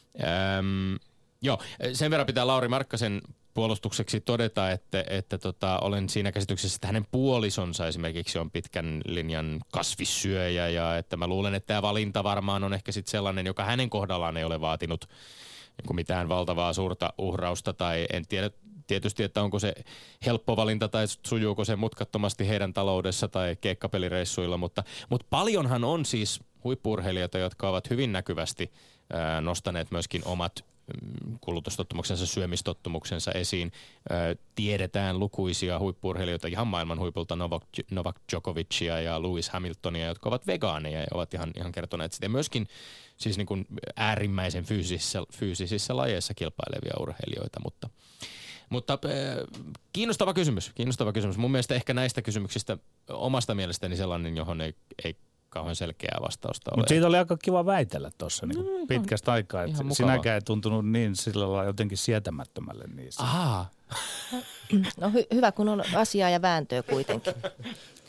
S3: Öm, Joo, sen verran pitää Lauri Markkasen puolustukseksi todeta, että, että tota, olen siinä käsityksessä, että hänen puolisonsa esimerkiksi on pitkän linjan kasvissyöjä ja että mä luulen, että tämä valinta varmaan on ehkä sitten sellainen, joka hänen kohdallaan ei ole vaatinut niin kuin mitään valtavaa suurta uhrausta tai en tiedä tietysti, että onko se helppo valinta tai sujuuko se mutkattomasti heidän taloudessa tai keikkapelireissuilla, mutta, mutta paljonhan on siis huippu-urheilijoita, jotka ovat hyvin näkyvästi ää, nostaneet myöskin omat kulutustottumuksensa, syömistottumuksensa esiin. Ö, tiedetään lukuisia huippu-urheilijoita ihan maailman huipulta, Novak, Novak Djokovicia ja Lewis Hamiltonia, jotka ovat vegaaneja ja ovat ihan, ihan kertoneet sitä. Ja myöskin siis niin kuin äärimmäisen fyysisissä, fyysisissä lajeissa kilpailevia urheilijoita, mutta Mutta äh, kiinnostava kysymys, kiinnostava kysymys. Mun mielestä ehkä näistä kysymyksistä omasta mielestäni sellainen, johon ei, ei kauhean selkeää vastausta ole.
S5: Mutta siitä oli aika kiva väitellä tuossa niin no, pitkästä aikaa, että sinäkään ei tuntunut niin sillä lailla jotenkin sietämättömälle niissä.
S3: Ahaa.
S4: No hy- hyvä, kun on asiaa ja vääntöä kuitenkin.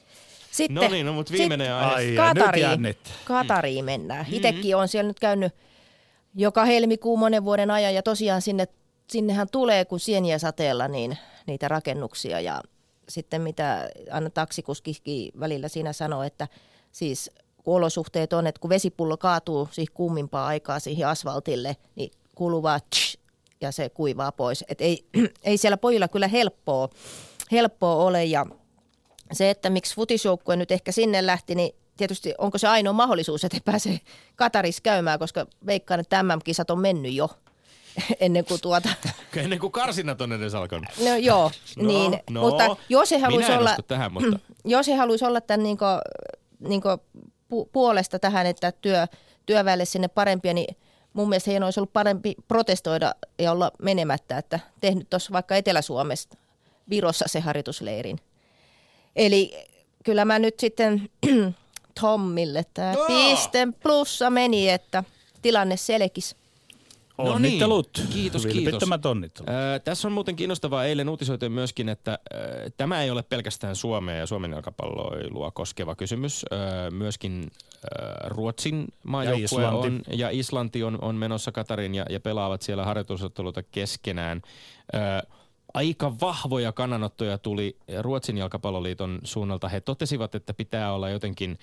S4: Sitten,
S3: No niin, no mutta viimeinen aihe.
S5: Ai, ja nyt
S4: Katariin,
S5: jännittää.
S4: Katariin mennään. Itsekin on siellä nyt käynyt joka helmikuu monen vuoden ajan ja tosiaan sinne, sinnehän tulee, kun sieniä sateella, niin niitä rakennuksia ja sitten mitä aina taksikuskikin välillä siinä sanoo, että siis kun olosuhteet on, että kun vesipullo kaatuu siihen kuumimpaa aikaa siihen asfaltille, niin kuuluu vaan tsh, ja se kuivaa pois. Et ei, ei siellä pojilla kyllä helppoa, helppoa ole ja se, että miksi futisjoukkue nyt ehkä sinne lähti, niin tietysti onko se ainoa mahdollisuus, että pääsee Katarissa käymään, koska veikkaan, että M M-kisat on mennyt jo ennen kuin tuota...
S3: Ennen kuin karsinnat on edes alkanut.
S4: No joo,
S3: no,
S4: niin,
S3: no.
S4: mutta jos he haluaisi olla,
S3: tähän, mutta...
S4: jos he haluaisi olla tämän niin kuin, niin kuin pu- puolesta tähän, että työ, työväelle sinne parempia, niin mun mielestä heidän olisi ollut parempi protestoida ja olla menemättä, että tehnyt tuossa vaikka Etelä-Suomesta Virossa se harjoitusleirin. Eli kyllä mä nyt sitten Tommille tämä
S3: no.
S4: piste plussa meni, että tilanne selkisi.
S5: Onnittelut.
S3: No niin. Kiitos,
S5: Vilpittömät onnittelut.
S3: Äh, tässä on muuten kiinnostavaa. Eilen uutisoitiin myöskin, että äh, tämä ei ole pelkästään Suomea ja Suomen jalkapalloilua koskeva kysymys. Äh, myöskin äh, Ruotsin maajoukkue
S5: ja
S3: on ja Islanti on, on menossa Katariin ja, ja pelaavat siellä harjoitusotteluita keskenään. Äh, Aika vahvoja kannanottoja tuli Ruotsin jalkapalloliiton suunnalta. He totesivat, että pitää olla jotenkin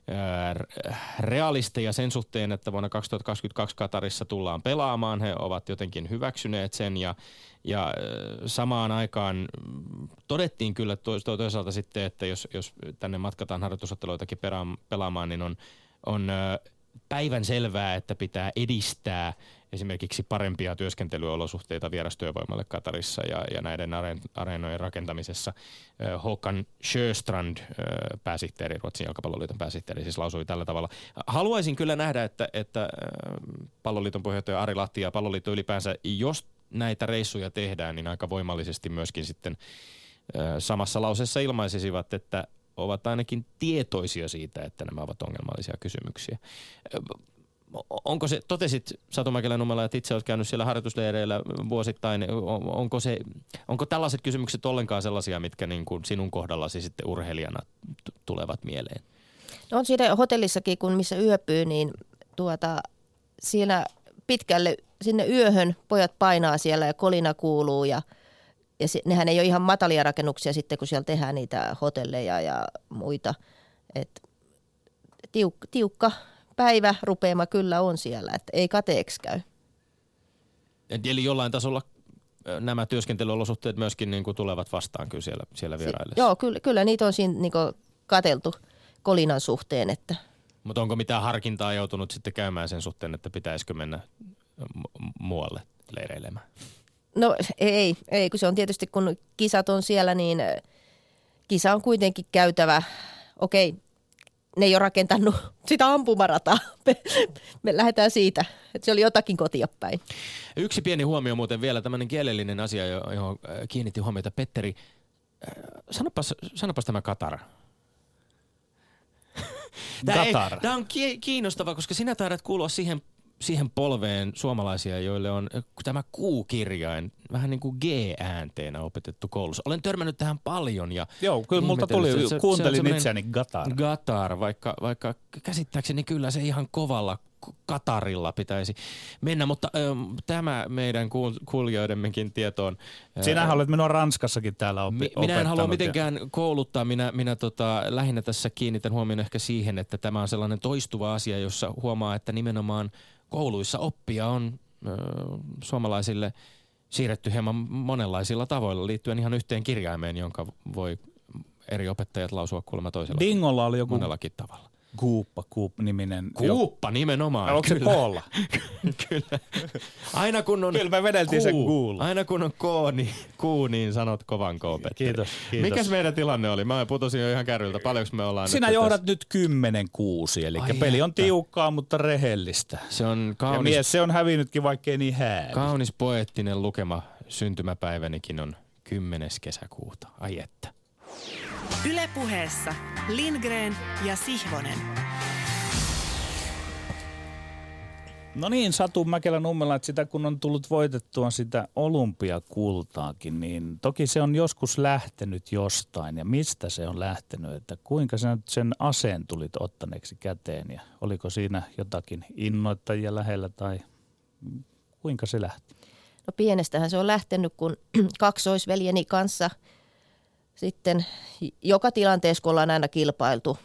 S3: realisteja sen suhteen, että vuonna kaksituhattakaksikymmentäkaksi Katarissa tullaan pelaamaan. He ovat jotenkin hyväksyneet sen ja, ja samaan aikaan todettiin kyllä toisaalta sitten, että jos, jos tänne matkataan harjoitusotteluitakin pelaamaan, niin on, on päivän selvää, että pitää edistää esimerkiksi parempia työskentelyolosuhteita vierastyövoimalle Katarissa ja, ja näiden areenojen rakentamisessa. Håkan Sjöstrand, pääsihteeri, Ruotsin jalkapalloliiton pääsihteeri, siis lausui tällä tavalla. Haluaisin kyllä nähdä, että, että palloliiton puheenjohtaja Ari Lahti ja palloliitto ylipäänsä, jos näitä reissuja tehdään, niin aika voimallisesti myöskin sitten samassa lauseessa ilmaisisivat, että ovat ainakin tietoisia siitä, että nämä ovat ongelmallisia kysymyksiä. Onko se, totesit Satu Mäkelä-Nummela, että itse olet käynyt siellä harjoitusleireillä vuosittain, onko, se, onko tällaiset kysymykset ollenkaan sellaisia, mitkä niin kuin sinun kohdallasi sitten urheilijana t- tulevat mieleen?
S4: No on siinä hotellissakin, kun missä yöpyy, niin tuota, siinä pitkälle sinne yöhön pojat painaa siellä ja kolina kuuluu ja, ja se, nehän ei ole ihan matalia rakennuksia sitten, kun siellä tehdään niitä hotelleja ja muita. Et tiuk, tiukka päivä rupeama kyllä on siellä, että ei kateeksi käy.
S3: Eli jollain tasolla nämä työskentelyolosuhteet myöskin niin kuin tulevat vastaan kyllä siellä, siellä vieraillessa?
S4: Joo, kyllä, kyllä niitä on siinä niin kuin kateltu kolinan suhteen. Että.
S3: Mutta onko mitään harkintaa joutunut sitten käymään sen suhteen, että pitäisikö mennä muualle leireilemään?
S4: No ei, ei, kun se on tietysti kun kisat on siellä, niin kisa on kuitenkin käytävä. Okei, ne ei ole rakentanut sitä ampumarataa. Me, me lähdetään siitä, että se oli jotakin kotia päin.
S3: Yksi pieni huomio muuten vielä, tämmöinen kielellinen asia, johon kiinnitti huomiota Petteri. Sanopas, sanopas tämä Katar. Tämä,
S5: Katar.
S3: Ei, tämä on kiinnostava, koska sinä taidat kuulua siihen, siihen polveen suomalaisia, joille on tämä Q-kirjain vähän niin kuin G-äänteenä opetettu koulussa. Olen törmännyt tähän paljon. Ja
S5: joo, kyllä multa tuli,
S3: se,
S5: kuuntelin
S3: se
S5: itseäni Qatar.
S3: Qatar, vaikka, vaikka käsittääkseni kyllä se ihan kovalla Katarilla pitäisi mennä, mutta ö, tämä meidän kuulijoidemmekin tietoon.
S5: Sinähän olet minua Ranskassakin täällä opi- opettanut.
S3: Minä en halua mitenkään ja... kouluttaa, minä, minä tota, lähinnä tässä kiinnitän huomioon ehkä siihen, että tämä on sellainen toistuva asia, jossa huomaa, että nimenomaan kouluissa oppia on ö, suomalaisille siirretty hieman monenlaisilla tavoilla liittyen ihan yhteen kirjaimeen, jonka voi eri opettajat lausua kuulemma toisella.
S5: Dingolla oli joku
S3: monellakin tavalla.
S5: Kuuppa, Kuup-niminen.
S3: Kuuppa nimenomaan.
S5: Onko se koolla?
S3: Kyllä. Aina kun on
S5: Kyllä me vedeltiin
S3: kuu,
S5: sen kuulla.
S3: Aina kun on koo, niin, kuu, niin sanot kovan koo, Petteri.
S5: Kiitos, kiitos.
S3: Mikäs meidän tilanne oli? Mä putosin jo ihan kärryltä. Paljonko me ollaan
S5: Sinä
S3: nyt
S5: johdat
S3: tässä?
S5: nyt kymmenen kuusi, eli
S3: Ai
S5: peli on
S3: että.
S5: tiukkaa, mutta rehellistä.
S3: Se on kaunis,
S5: ja mies se on hävinnytkin, vaikkei niin häävi.
S3: kaunis poeettinen lukema. Syntymäpäivänikin on kymmenes kesäkuuta. Ai että.
S1: Yle Puheessa Lindgren ja Sihvonen.
S5: No niin, Satu Mäkelä-Nummela, että sitä kun on tullut voitettua sitä olympiakultaakin, niin toki se on joskus lähtenyt jostain. Ja mistä se on lähtenyt, että kuinka sä nyt sen aseen tulit ottaneeksi käteen ja oliko siinä jotakin innoittajia lähellä tai kuinka se lähti?
S4: No pienestähän se on lähtenyt, kun kaksoisveljeni kanssa sitten joka tilanteessa, kun ollaan aina kilpailtu,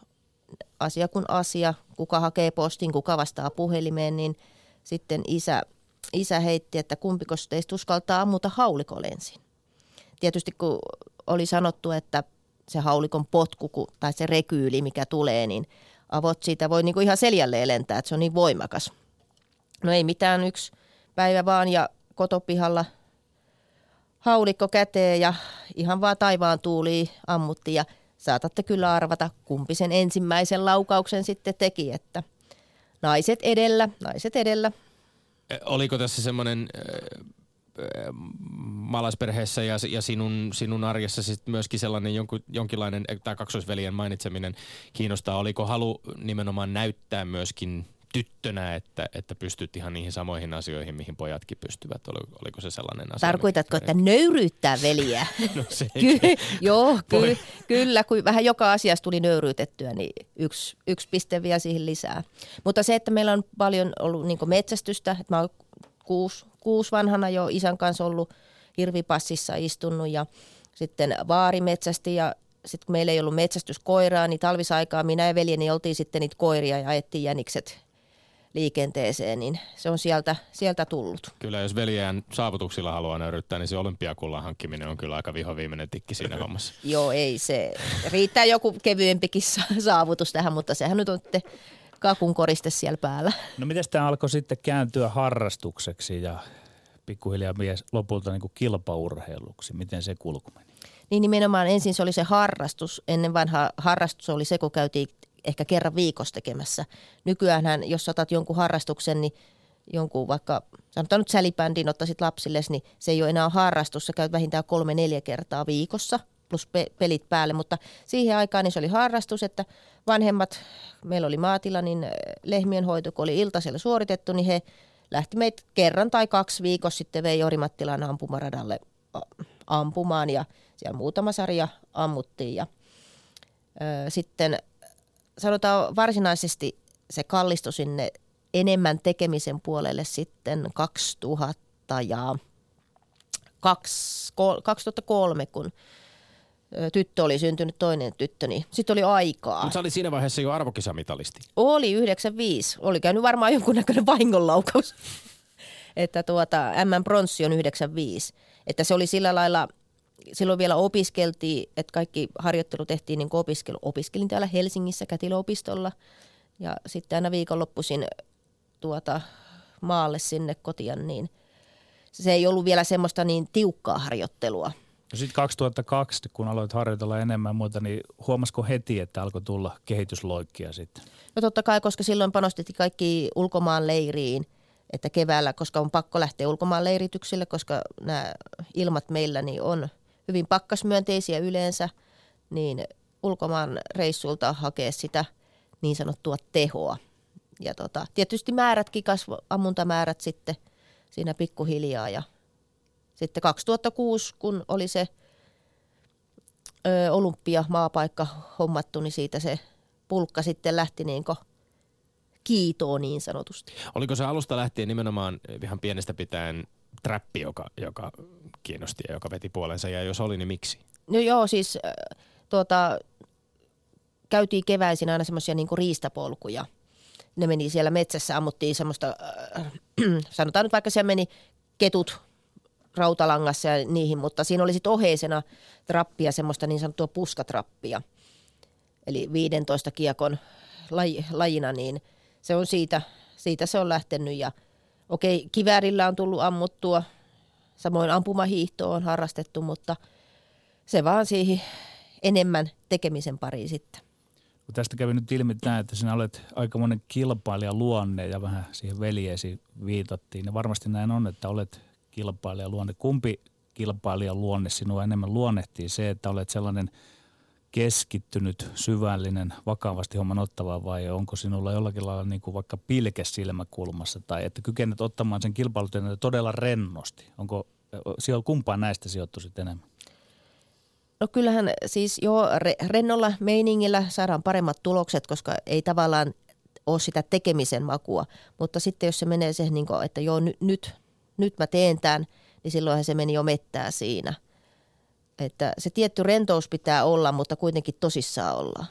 S4: asia kuin asia, kuka hakee postin, kuka vastaa puhelimeen, niin sitten isä, isä heitti, että kumpiko teistä uskaltaa ammuta haulikolla ensin. Tietysti kun oli sanottu, että se haulikon potku tai se rekyyli, mikä tulee, niin avot siitä voi niinku ihan selälleen lentää, että se on niin voimakas. No ei mitään, yksi päivä vaan ja kotopihalla haulikko käteen ja ihan vaan taivaan tuuliin ammuttiin ja saatatte kyllä arvata, kumpi sen ensimmäisen laukauksen sitten teki, että naiset edellä, naiset edellä.
S3: Oliko tässä semmoinen äh, maalaisperheessä ja, ja sinun, sinun arjessa sitten myöskin sellainen jonku, jonkinlainen, tämä kaksoisveljen mainitseminen kiinnostaa, oliko halu nimenomaan näyttää myöskin tyttönä, että, että pystyt ihan niihin samoihin asioihin, mihin pojatkin pystyvät? Oliko, oliko se sellainen asia?
S4: Tarkoitatko, että nöyryyttää veliä?
S3: No se
S4: Ky- Joo, ky- kyllä. Kun vähän joka asiasta tuli nöyryytettyä, niin yksi, yksi piste vielä siihen lisää. Mutta se, että meillä on paljon ollut niin kuin metsästystä, että mä oon kuusi, kuusi vanhana jo isän kanssa ollut hirvipassissa istunut ja sitten vaarimetsästi ja sitten kun meillä ei ollut metsästyskoiraa, niin talvisaikaa minä ja veljeni oltiin sitten niitä koiria ja ajettiin jänikset liikenteeseen, niin se on sieltä, sieltä tullut.
S3: Kyllä, jos veljään saavutuksilla haluaa nöyryttää, niin se olympiakullan hankkiminen on kyllä aika vihoviimeinen tikki siinä hommassa.
S4: Joo, ei se. Riittää joku kevyempikin saavutus tähän, mutta sehän nyt on kakun koriste siellä päällä.
S5: No miten tämä alkoi sitten kääntyä harrastukseksi ja pikkuhiljaa mies lopulta niin kuin kilpaurheiluksi? Miten se kulku meni?
S4: Niin nimenomaan ensin se oli se harrastus. Ennen vanha harrastus oli se, kun käytiin ehkä kerran viikossa tekemässä. Nykyäänhän, jos otat jonkun harrastuksen, niin jonkun vaikka, sanotaan nyt sälibändin ottaisit lapsillesi, niin se ei ole enää harrastus. Sä käyt vähintään kolme, neljä kertaa viikossa plus pe- pelit päälle, mutta siihen aikaan niin se oli harrastus, että vanhemmat, meillä oli maatila, niin lehmien hoito, kun oli iltasella suoritettu, niin he lähti meitä kerran tai kaksi viikossa sitten vei Orimattilan ampumaradalle ampumaan ja siellä muutama sarja ammuttiin ja ö, sitten sanotaan varsinaisesti se kallistui sinne enemmän tekemisen puolelle sitten kaksituhatta ja kaksituhattakolme, kun tyttö oli syntynyt toinen tyttö, niin sitten oli aikaa.
S3: Mutta sä olit siinä vaiheessa jo arvokisamitalisti.
S4: Oli yhdeksänkymmentäviisi. Oli käynyt varmaan jonkunnäköinen vahingonlaukaus. Että tuota, M M-pronssi on yhdeksänkymmentäviisi. Että se oli sillä lailla, silloin vielä opiskeltiin, että kaikki harjoittelu tehtiin niin kuin opiskelu. Opiskelin täällä Helsingissä Kätilöopistolla ja sitten aina viikonloppuisin tuota, maalle sinne kotiin, niin se ei ollut vielä semmoista niin tiukkaa harjoittelua.
S5: No sitten kaksituhattakaksi, kun aloit harjoitella enemmän muuta, niin huomasiko heti, että alkoi tulla kehitysloikkia sitten?
S4: No totta kai, koska silloin panostettiin kaikki ulkomaan leiriin, että keväällä, koska on pakko lähteä ulkomaan leirityksille, koska nämä ilmat meillä niin on hyvin pakkasmyönteisiä yleensä, niin ulkomaan reissulta hakea sitä niin sanottua tehoa. Ja tota, tietysti määrätkin kasvo, ammuntamäärät sitten siinä pikkuhiljaa ja sitten kaksituhattakuusi, kun oli se ö, olympia maapaikka hommattu, niin siitä se pulkka sitten lähti niin kuin kiitoon niin sanotusti.
S3: Oliko se alusta lähtien nimenomaan ihan pienestä pitäen trappi, joka, joka kiinnosti ja joka veti puolensa, ja jos oli, niin miksi?
S4: No joo, siis äh, tuota, käytiin keväisin aina semmoisia niin kuin riistapolkuja. Ne meni siellä metsässä, ammuttiin semmoista, äh, sanotaan nyt vaikka siellä meni ketut rautalangassa ja niihin, mutta siinä oli sitten oheisena trappia, semmoista niin sanottua puskatrappia. Eli viidentoista kiekon laj, lajina, niin se on siitä, siitä se on lähtenyt. Ja okei, kiväärillä on tullut ammuttua, samoin ampumahiihtoa on harrastettu, mutta se vaan siihen enemmän tekemisen pariin sitten.
S5: Kun tästä kävi nyt ilmi tämä, että sinä olet aikamoinen kilpailija luonne ja vähän siihen veljeesi viitattiin. Ja varmasti näin on, että olet kilpailija luonne. Kumpi kilpailija luonne sinua enemmän luonnehtii? Se, että olet sellainen keskittynyt, syvällinen, vakavasti homman ottava vai onko sinulla jollakin lailla niin kuin vaikka pilke silmäkulmassa tai että kykenet ottamaan sen kilpailutyön todella rennosti? Onko kumpaan näistä sijoittu sitten enemmän?
S4: No kyllähän siis jo rennolla meiningillä saadaan paremmat tulokset, koska ei tavallaan ole sitä tekemisen makua. Mutta sitten jos se menee siihen, että joo nyt, nyt, nyt mä teen tämän, niin silloinhan se meni jo mettää siinä. Että se tietty rentous pitää olla, mutta kuitenkin tosissaan ollaan.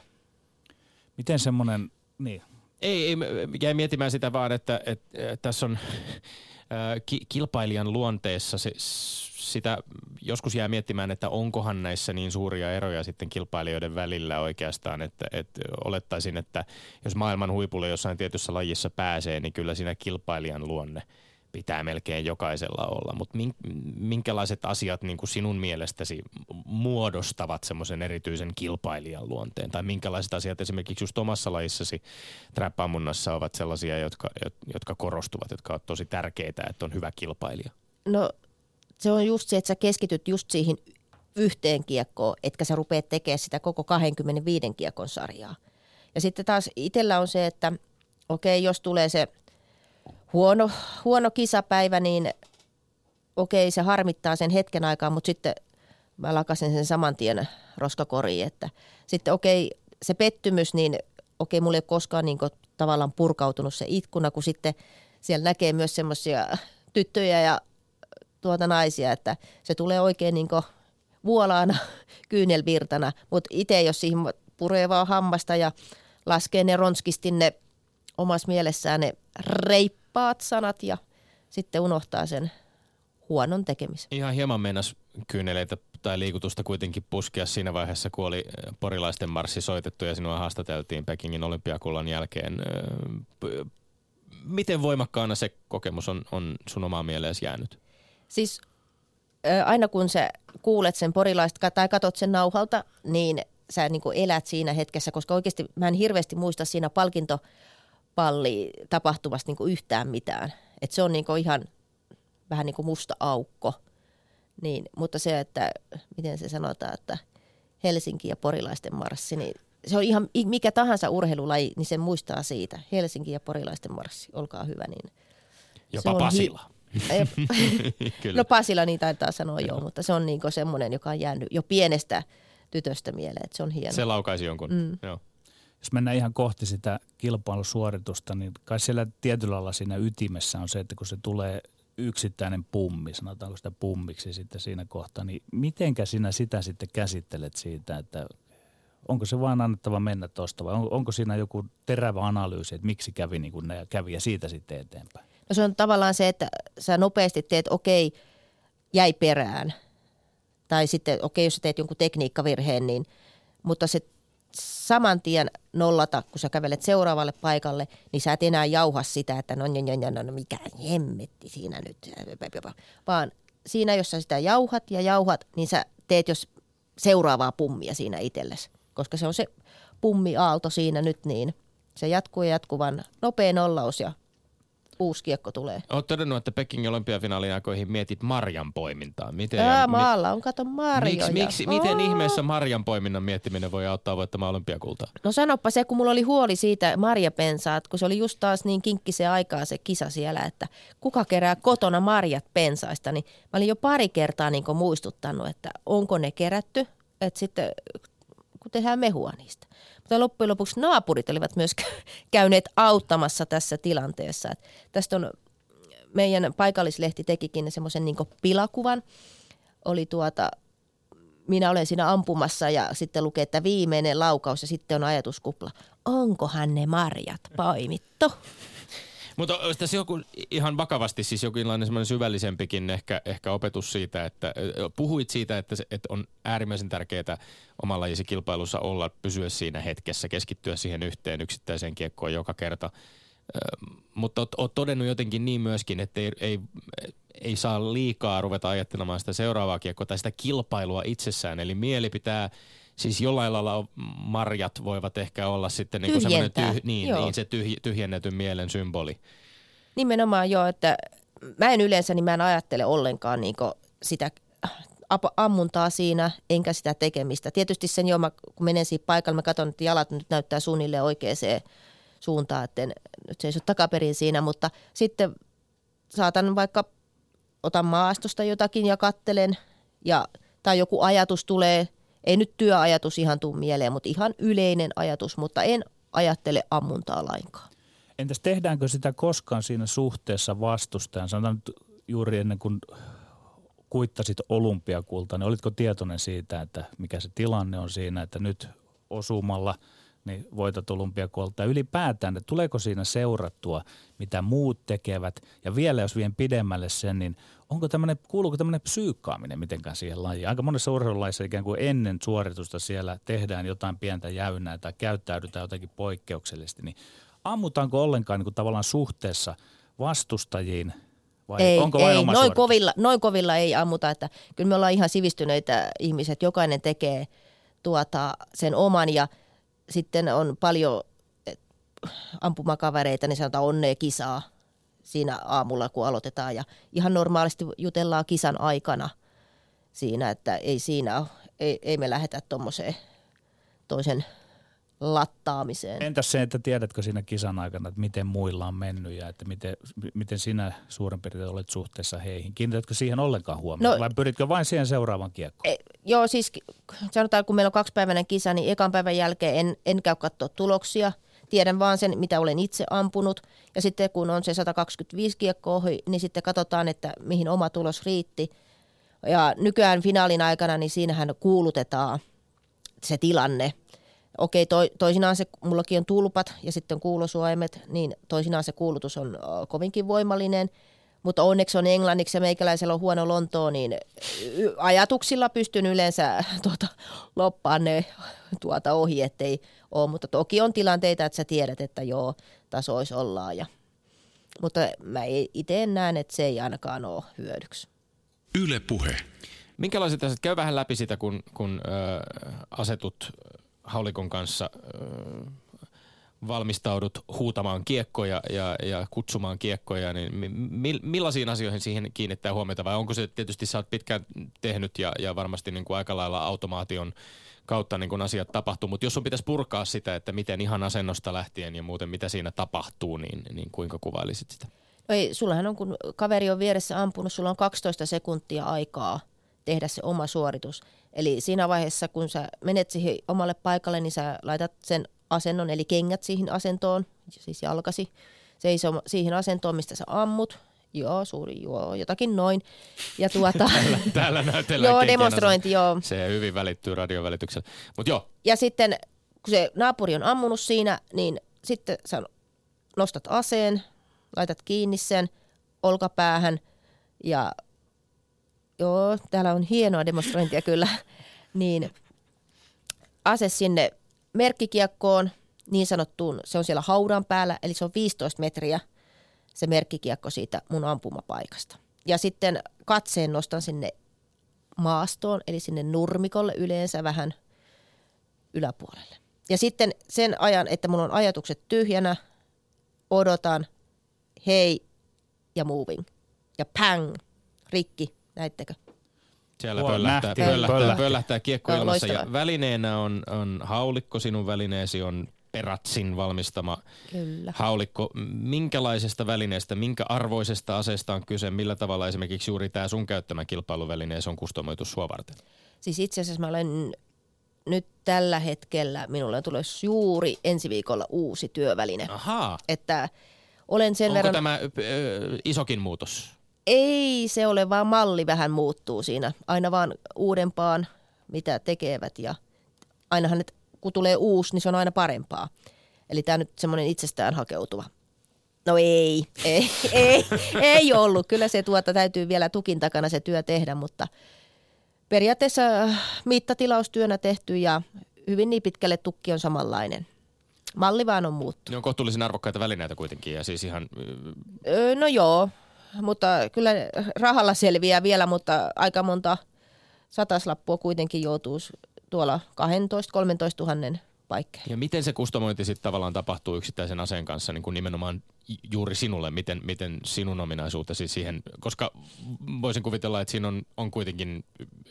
S5: Miten semmoinen, niin.
S3: Ei, ei jäi miettimään sitä vaan, että, että, että tässä on äh, ki, kilpailijan luonteessa se, sitä joskus jää miettimään, että onkohan näissä niin suuria eroja sitten kilpailijoiden välillä oikeastaan, että, että olettaisin, että jos maailman huipulle jossain tietyssä lajissa pääsee, niin kyllä siinä kilpailijan luonne pitää melkein jokaisella olla, mutta minkälaiset asiat niin kuin sinun mielestäsi muodostavat semmoisen erityisen kilpailijan luonteen? Tai minkälaiset asiat esimerkiksi just omassa lajissasi trap-ammunnassa ovat sellaisia, jotka, jotka korostuvat, jotka ovat tosi tärkeitä, että on hyvä kilpailija?
S4: No se on just se, että sä keskityt just siihen yhteen kiekkoon, etkä sä rupeat tekemään sitä koko kaksikymmentäviisi kiekon sarjaa. Ja sitten taas itsellä on se, että okei, jos tulee se Huono, huono kisapäivä, niin okei, se harmittaa sen hetken aikaa, mutta sitten mä lakasin sen saman tien roskakoriin, että sitten okei, se pettymys, niin okei, mulla ei ole koskaan niin kuin tavallaan purkautunut se itkuna, kun sitten siellä näkee myös semmoisia tyttöjä ja tuota naisia, että se tulee oikein niin kuin vuolaana, kyynelvirtana, mutta itse jos siihen puree vaan hammasta ja laskee ne ronskisti ne omassa mielessään ne reippaat sanat ja sitten unohtaa sen huonon tekemisen.
S3: Ihan hieman meinas kyyneleitä tai liikutusta kuitenkin puskea siinä vaiheessa, kun oli porilaisten marssi soitettu ja sinua haastateltiin Pekingin olympiakullan jälkeen. Miten voimakkaana se kokemus on, on sun omaa mieleesi jäänyt?
S4: Siis aina kun sä kuulet sen porilaista tai katot sen nauhalta, niin sä niin kuin elät siinä hetkessä, koska oikeasti mä en hirveästi muista siinä palkinto palli tapahtumasta niin kuin yhtään mitään. Et se on niin kuin ihan vähän niin kuin musta aukko. Niin, mutta se, että miten se sanotaan, että Helsinki ja porilaisten marssi, niin se on ihan mikä tahansa urheilulaji, niin sen muistaa siitä. Helsinki ja porilaisten marssi, olkaa hyvä. Niin
S3: jopa Pasila.
S4: Hi- no Pasila niin taitaa sanoa joo, mutta se on niin kuin semmoinen, joka on jäänyt jo pienestä tytöstä mieleen, että se on hieno.
S3: Se laukaisi jonkun, mm. joo.
S5: Jos mennään ihan kohti sitä kilpailusuoritusta, niin kai siellä tietyllä lailla siinä ytimessä on se, että kun se tulee yksittäinen pummi, sanotaanko sitä pummiksi sitten siinä kohtaa, niin mitenkä sinä sitä sitten käsittelet siitä, että onko se vaan annettava mennä tuosta vai on, onko siinä joku terävä analyysi, että miksi kävi niin kuin ne kävi ja siitä sitten eteenpäin?
S4: No se on tavallaan se, että sä nopeasti teet, okei, jäi perään. Tai sitten, okei, jos sä teet jonkun tekniikkavirheen, niin, mutta se saman tien nollata, kun sä kävelet seuraavalle paikalle, niin sä et enää jauha sitä, että no, no, no, no, no mikä hemmetti siinä nyt. Vaan siinä, jos sä sitä jauhat ja jauhat, niin sä teet jos seuraavaa pummia siinä itsellesi. Koska se on se pummiaalto siinä nyt, niin se jatkuu ja jatkuvan nopea nollaus ja uusi kiekko tulee.
S3: Olet todennut, että Pekingin olympiafinaalin aikoihin mietit marjanpoimintaa. Miten,
S4: Ää, maalla on, kato marjoja.
S3: Miksi, miksi, miten ihmeessä marjanpoiminnan miettiminen voi auttaa voittamaan olympiakultaa?
S4: No sanoppa se, kun mulla oli huoli siitä marjapensaat, kun se oli just taas niin kinkkisen aikaa se kisa siellä, että kuka kerää kotona marjat pensaista, niin mä olin jo pari kertaa niin kuin muistuttanut, että onko ne kerätty, että sitten kun tehdään mehua niistä. Mutta loppujen lopuksi naapurit olivat myös käyneet auttamassa tässä tilanteessa. Että tästä on, meidän paikallislehti tekikin semmoisen niin kuin pilakuvan. Oli tuota, minä olen siinä ampumassa ja sitten lukee, että viimeinen laukaus ja sitten on ajatuskupla. Onkohan ne marjat poimittu?
S3: Mutta olisi tässä joku ihan vakavasti siis jokinlainen semmoinen syvällisempikin ehkä, ehkä opetus siitä, että puhuit siitä, että, se, että on äärimmäisen tärkeää oman lajisi kilpailussa olla, pysyä siinä hetkessä, keskittyä siihen yhteen yksittäiseen kiekkoon joka kerta. Mutta olet, olet todennut jotenkin niin myöskin, että ei, ei, ei saa liikaa ruveta ajattelemaan sitä seuraavaa kiekkoa tai sitä kilpailua itsessään. Eli mieli pitää, siis jollain lailla marjat voivat ehkä olla sitten niin kuin semmoinen tyh, niin, niin, se tyh, tyhjennetyn mielen symboli.
S4: Nimenomaan joo, että mä en yleensä, niin mä en ajattele ollenkaan niin kuin sitä ammuntaa siinä, enkä sitä tekemistä. Tietysti sen jo, kun menen siihen paikalle, mä katson, että jalat nyt näyttää suunnilleen oikeaan suuntaan, että en nyt seiso takaperin siinä, mutta sitten saatan vaikka, otan maastosta jotakin ja kattelen, ja, tai joku ajatus tulee, ei nyt työajatus ihan tule mieleen, mutta ihan yleinen ajatus, mutta en ajattele ammuntaa lainkaan.
S5: Entäs tehdäänkö sitä koskaan siinä suhteessa vastustajan? Sanotaan nyt juuri ennen kuin kuittasit olympiakulta, niin olitko tietoinen siitä, että mikä se tilanne on siinä, että nyt osumalla niin voitat olympiakulta. Ja ylipäätään, että tuleeko siinä seurattua, mitä muut tekevät, ja vielä jos vien pidemmälle sen, niin onko tämmöinen, kuuluuko tämmöinen psyykkaaminen mitenkään siihen lajiin? Aika monessa urheilulajissa ikään kuin ennen suoritusta siellä tehdään jotain pientä jäynää tai käyttäydytään jotenkin poikkeuksellisesti, niin ammutaanko ollenkaan niin kuin tavallaan suhteessa vastustajiin? Vai
S4: ei,
S5: onko vain
S4: ei
S5: oma
S4: noin, kovilla, noin kovilla ei ammuta, että kyllä me ollaan ihan sivistyneitä ihmiset, jokainen tekee tuota sen oman ja sitten on paljon ampumakavereita, niin sanotaan onnea kisaa siinä aamulla, kun aloitetaan ja ihan normaalisti jutellaan kisan aikana siinä, että ei siinä ole, ei, ei me lähdetä tuommoiseen toisen lattaamiseen.
S5: Entäs se, että tiedätkö siinä kisan aikana, että miten muilla on mennyt ja että miten, miten sinä suurin piirtein olet suhteessa heihin? Kiinnitätkö siihen ollenkaan huomioon no, vai pyritkö vain siihen seuraavan kiekkoon?
S4: E, joo, siis sanotaan, kun meillä on kaksipäiväinen kisa, niin ekan päivän jälkeen en, en käy katsoa tuloksia. Tiedän vaan sen, mitä olen itse ampunut. Ja sitten kun on se sata kaksikymmentäviisi kiekkoa ohi, niin sitten katsotaan, että mihin oma tulos riitti. Ja nykyään finaalin aikana, niin siinähän kuulutetaan se tilanne. Okei, to, toisinaan se, mullakin on tulpat ja sitten kuulosuoimet, niin toisinaan se kuulutus on o, kovinkin voimallinen, mutta onneksi on englanniksi ja meikäläisellä on huono Lontoo, niin ajatuksilla pystyn yleensä tuota, loppaan ne tuota ohi, ettei ole, mutta toki on tilanteita, että sä tiedät, että joo, tasois ollaan, ja, mutta mä itse näen, että se ei ainakaan ole hyödyksi.
S2: Yle Puhe.
S3: Minkälaiset asiat? Käy vähän läpi sitä, kun, kun äh, asetut haulikon kanssa äh, valmistaudut huutamaan kiekkoja ja, ja kutsumaan kiekkoja, niin mi, millaisiin asioihin siihen kiinnittää huomiota? Vai onko se tietysti, sä oot pitkään tehnyt ja, ja varmasti niin kuin aika lailla automaation kautta niin kuin asiat tapahtuu, mutta jos sun pitäisi purkaa sitä, että miten ihan asennosta lähtien ja muuten mitä siinä tapahtuu, niin, niin kuinka kuvailisit sitä?
S4: Ei, sullahan on, kun kaveri on vieressä ampunut, sulla on kaksitoista sekuntia aikaa tehdä se oma suoritus. Eli siinä vaiheessa, kun sä menet siihen omalle paikalle, niin sä laitat sen asennon, eli kengät siihen asentoon, siis jalkasi, seiso siihen asentoon, mistä sä ammut. Joo, suuri, joo, jotakin noin. Ja tuota,
S3: täällä, täällä näytellään
S4: joo, demonstrointi, joo.
S3: Se hyvin välittyy radion välityksellä. Mut joo.
S4: Ja sitten, kun se naapuri on ammunut siinä, niin sitten sä nostat aseen, laitat kiinni sen olkapäähän ja joo, täällä on hienoa demonstrointia kyllä, niin ase sinne merkkikiekkoon, niin sanottuun, se on siellä haudan päällä, eli se on viisitoista metriä se merkkikiekko siitä mun ampumapaikasta. Ja sitten katseen nostan sinne maastoon, eli sinne nurmikolle yleensä vähän yläpuolelle. Ja sitten sen ajan, että mun on ajatukset tyhjänä, odotan, hei ja moving. Ja pang, rikki, näittekö?
S3: Siellä pöllähtää,
S5: nähtiin,
S3: pöllähtää,
S5: pöllähtää.
S3: pöllähtää kiekko
S4: No,
S3: ilmassa ja
S4: loistavaa.
S3: välineenä on, on haulikko, sinun välineesi on Peratsin valmistama
S4: Kyllä.
S3: haulikko. Minkälaisesta välineestä, minkä arvoisesta aseesta on kyse, millä tavalla esimerkiksi juuri tämä sun käyttämä kilpailuvälineesi on kustomoitu sua varten?
S4: Siis itse asiassa mä olen nyt tällä hetkellä, minulle tulee juuri ensi viikolla uusi työväline.
S3: Ahaa.
S4: Että olen sen
S3: Onko
S4: verran...
S3: tämä ö, isokin muutos?
S4: Ei se ole, vaan malli vähän muuttuu siinä. Aina vaan uudempaan, mitä tekevät. Ja ainahan, että kun tulee uusi, niin se on aina parempaa. Eli tämä on nyt semmoinen itsestään hakeutuva. No ei, ei, ei, ei ollut. Kyllä se tuota täytyy vielä tukin takana se työ tehdä, mutta periaatteessa mittatilaustyönä tehty ja hyvin niin pitkälle tukki on samanlainen. Malli vaan on muuttunut.
S3: Ne on kohtuullisen arvokkaita välineitä kuitenkin ja siis ihan...
S4: Öö, no joo, mutta kyllä rahalla selviää vielä, mutta aika monta sataslappua kuitenkin joutuu tuolla kaksitoista kolmetoista tuhannen paikkeen.
S3: Ja miten se kustomointi sitten tavallaan tapahtuu yksittäisen aseen kanssa niin kuin nimenomaan juuri sinulle? Miten, miten sinun ominaisuutesi siihen, koska voisin kuvitella, että siinä on, on kuitenkin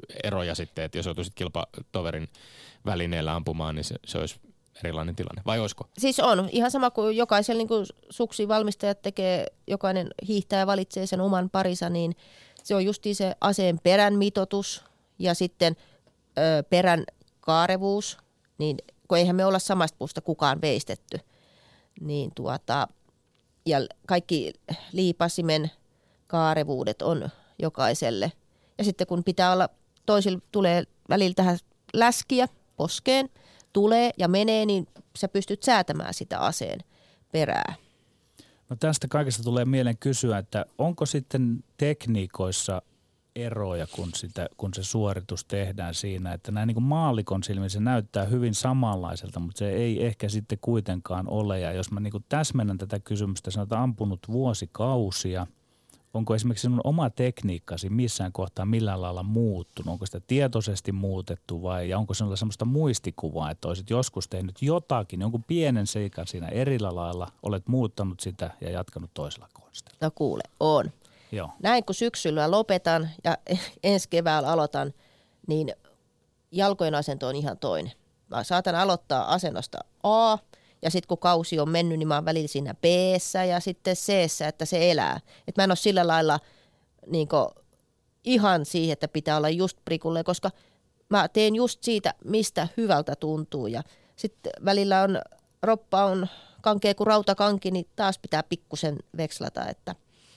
S3: eroja sitten, että jos joutuisit kilpatoverin välineellä ampumaan, niin se, se olisi erilainen tilanne, vai olisiko?
S4: Siis on. Ihan sama kuin jokaisella niin kuin suksivalmistajat tekee, jokainen hiihtäjä valitsee sen oman parinsa, niin se on justiin se aseen perän mitoitus ja sitten ö, perän kaarevuus, niin kun eihän me olla samasta puusta kukaan veistetty, niin tuota, ja kaikki liipasimen kaarevuudet on jokaiselle. Ja sitten kun pitää olla, toisilla tulee välillä tähän läskiä poskeen, tulee ja menee, niin sä pystyt säätämään sitä aseen perää.
S5: No tästä kaikesta tulee mieleen kysyä, että onko sitten tekniikoissa eroja, kun, sitä, kun se suoritus tehdään siinä, että näin niin kuin maallikon silmin se näyttää hyvin samanlaiselta, mutta se ei ehkä sitten kuitenkaan ole. Ja jos mä niin kuin täsmennän tätä kysymystä, sanotaan ampunut vuosikausia, onko esimerkiksi sinun oma tekniikkasi missään kohtaa millään lailla muuttunut? Onko sitä tietoisesti muutettu vai ja onko sinulla semmoista muistikuvaa, että olisit joskus tehnyt jotakin, jonkun pienen seikan siinä erillä lailla, olet muuttanut sitä ja jatkanut toisella konstilla?
S4: No kuule, on.
S5: Joo.
S4: Näin kun syksyllä lopetan ja ensi keväällä aloitan, niin jalkojen asento on ihan toinen. Mä saatan aloittaa asennosta A ja sitten kun kausi on mennyt, niin mä oon välillä siinä B-ssä ja sitten C-ssä, että se elää. Et mä en ole sillä lailla niin kuin, ihan siihen, että pitää olla just prikulle, koska mä teen just siitä, mistä hyvältä tuntuu. Ja sitten välillä on, roppa on kankea kuin rautakanki, niin taas pitää pikkusen vekslata, että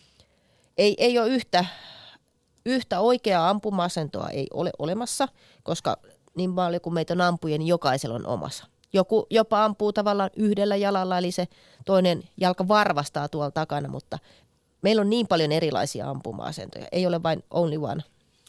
S4: Ei, ei ole yhtä, yhtä oikeaa ampuma-asentoa ei ole olemassa, koska niin paljon kuin meitä on ampuja, niin jokaisella on omassa. Joku jopa ampuu tavallaan yhdellä jalalla, eli se toinen jalka varvastaa tuolla takana, mutta meillä on niin paljon erilaisia ampuma-asentoja. Ei ole vain only one.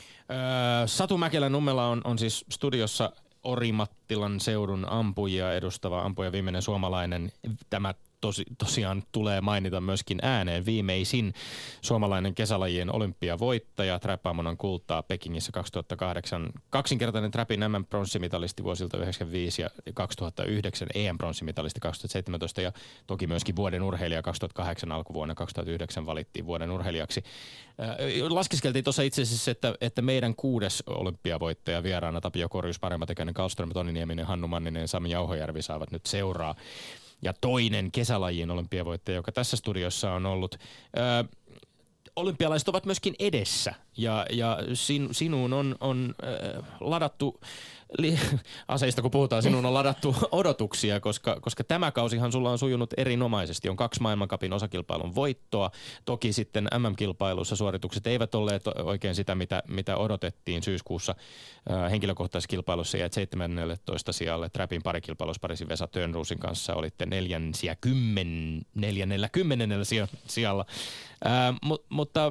S3: Öö, Satu Mäkelä Nummela on, on siis studiossa Orimattilan seudun ampujia edustava ampuja, viimeinen suomalainen. Tämä Tosi, tosiaan tulee mainita myöskin ääneen viimeisin suomalainen kesälajien olympiavoittaja, träppaamonan kultaa Pekingissä kaksituhattakahdeksan. Kaksinkertainen träpin M M-pronssimitalisti vuosilta yhdeksänkymmentäviisi ja kaksituhattayhdeksän, E M-pronssimitalisti kaksituhattaseitsemäntoista ja toki myöskin vuoden urheilija kaksituhattakahdeksan alkuvuonna kaksituhattayhdeksän valittiin vuoden urheilijaksi. Laskeskeltiin tuossa itse asiassa, että, että meidän kuudes olympiavoittaja vieraana Tapio Korjus, Parematekäinen, Kallström, Toni Nieminen, Hannu Manninen ja Sami Jauhojärvi saavat nyt seuraa. Ja toinen kesälajien olympiavoittaja, joka tässä studiossa on ollut. Ö, olympialaiset ovat myöskin edessä ja, ja sin, sinuun on, on äh, ladattu, li, aseista kun puhutaan, sinuun on ladattu odotuksia, koska, koska tämä kausihan sulla on sujunut erinomaisesti. On kaksi maailmancupin osakilpailun voittoa. Toki sitten M M-kilpailussa suoritukset eivät olleet oikein sitä, mitä, mitä odotettiin syyskuussa. Äh, henkilökohtaisessa kilpailussa jäät seitsemännellätoista sijalle. Trapin parikilpailussa Pariisin Vesa Törnrosin kanssa olitte neljänsiä kymmen, neljännellä kymmenennellä sijalla. Äh, mu, mutta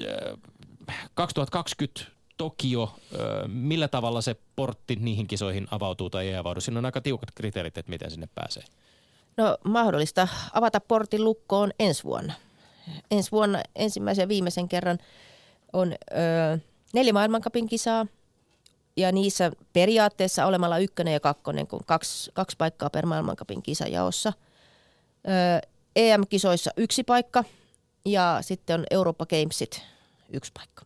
S3: äh, kaksituhattakaksikymmentä Tokio, äh, millä tavalla se portti niihin kisoihin avautuu tai ei avaudu? Siinä on aika tiukat kriteerit, että miten sinne pääsee.
S4: No mahdollista avata portin lukkoon ensi vuonna. Ensi vuonna ensimmäisen ja viimeisen kerran on ö, neljä maailmancupin kisaa ja niissä periaatteessa olemalla ykkönen ja kakkonen, kun kaksi, kaksi paikkaa per maailmancupin kisajaossa. Ö, E M-kisoissa yksi paikka ja sitten on Eurooppa Gamesit yksi paikka.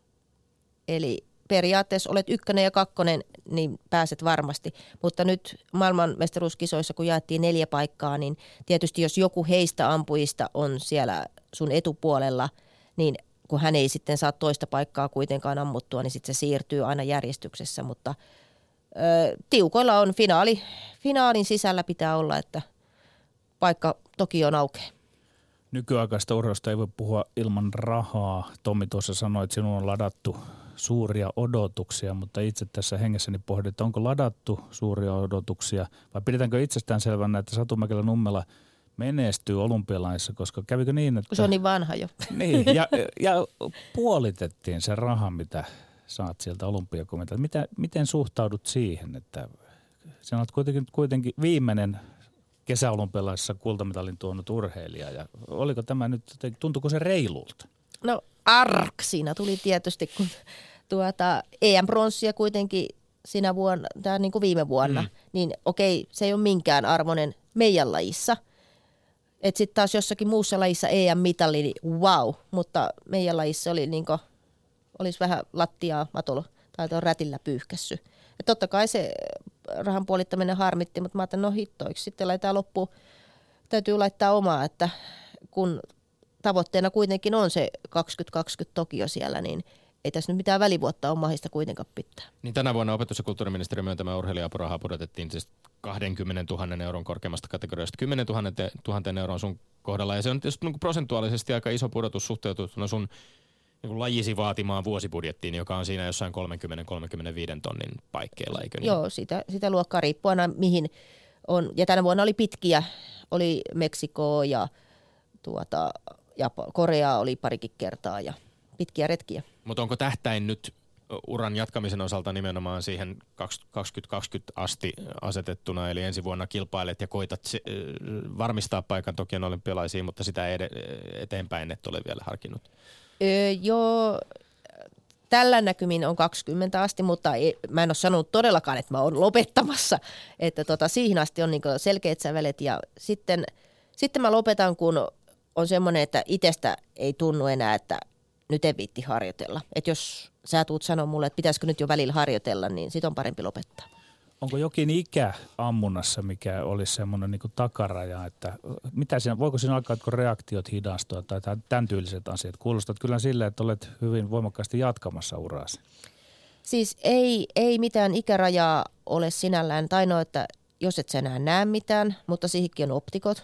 S4: Eli periaatteessa olet ykkönen ja kakkonen, niin pääset varmasti. Mutta nyt maailmanmestaruuskisoissa, kun jaettiin neljä paikkaa, niin tietysti jos joku heistä ampujista on siellä sun etupuolella, niin kun hän ei sitten saa toista paikkaa kuitenkaan ammuttua, niin sitten se siirtyy aina järjestyksessä. Mutta ö, tiukoilla on finaali. Finaalin sisällä pitää olla, että paikka toki on aukeaa.
S5: Nykyaikaista urheilusta ei voi puhua ilman rahaa. Tommi tuossa sanoi, että sinun on ladattu suuria odotuksia, mutta itse tässä hengessäni pohdin, että onko ladattu suuria odotuksia vai pidetäänkö itsestään selvänä, että Satu Mäkelä Nummela menestyy olympialaisissa, koska kävikö niin, että...
S4: Se on niin vanha jo.
S5: Niin, ja, ja puolitettiin se raha, mitä saat sieltä olympiakomitealta. Miten, miten suhtaudut siihen, että sinä olet kuitenkin, kuitenkin viimeinen kesäolympialaisissa kultamitalin tuonut urheilija, ja oliko tämä nyt, tuntuuko se reilulta?
S4: No ark siinä tuli tietysti, kun tuota E M-pronssia kuitenkin sinä vuonna, tai niin kuin viime vuonna, mm. niin okei, se ei ole minkään arvoinen meidän lajissa. Että sitten taas jossakin muussa lajissa E M-mitali, niin wow, mutta meidän lajissa oli niin kuin, olisi vähän lattiaa matolla tai on rätillä pyyhkässy. Ja totta kai se rahan puolittaminen harmitti, mutta mä ajattelin, no hittoiksi, sitten laitetaan loppuun. Täytyy laittaa omaa, että kun tavoitteena kuitenkin on se kaksituhattakaksikymmentä Tokio siellä, niin ei tässä nyt mitään välivuotta ole mahdollista kuitenkaan pitää.
S3: Niin tänä vuonna opetus- ja kulttuuriministeriön myöntämä urheilija-apurahaa pudotettiin siis kaksikymmentätuhatta euron korkeammasta kategoriasta kymmenentuhatta euron sun kohdalla. Ja se on tietysti niin kuin prosentuaalisesti aika iso pudotus suhteutettuna sun niin lajisi vaatimaan vuosibudjettiin, joka on siinä jossain kolmekymmentä kolmekymmentäviisi tonnin paikkeilla, eikö niin?
S4: Joo, sitä, sitä luokkaa riippuu aina mihin on. Ja tänä vuonna oli pitkiä, oli Meksikoa ja tuota, Japan, Korea oli parikin kertaa ja pitkiä retkiä.
S3: Mutta onko tähtäin nyt uran jatkamisen osalta nimenomaan siihen kaksituhattakaksikymmentä asti asetettuna, eli ensi vuonna kilpailet ja koitat se, varmistaa paikan Tokion olympialaisiin, mutta sitä eteenpäin et ole vielä harkinnut?
S4: Öö, joo, tällä näkymin on kaksikymmentä asti, mutta ei, mä en ole sanonut todellakaan, että mä oon lopettamassa. Että tota, siihen asti on niinku selkeät sävelet ja sitten, sitten mä lopetan, kun on semmoinen, että itsestä ei tunnu enää, että nyt ei viitti harjoitella. Että jos sä tuut sanoa mulle, että pitäisikö nyt jo välillä harjoitella, niin sit on parempi lopettaa.
S5: Onko jokin ikä ammunnassa, mikä olisi semmoinen niin kuin takaraja, että mitä siinä, voiko siinä alkaa, että reaktiot hidastua tai tämän tyyliset asiat? Kuulostat kyllä sille, että olet hyvin voimakkaasti jatkamassa uraasi.
S4: Siis ei, ei mitään ikärajaa ole sinällään. Ainoa, että jos et sä enää näe mitään, mutta siihenkin on optikot.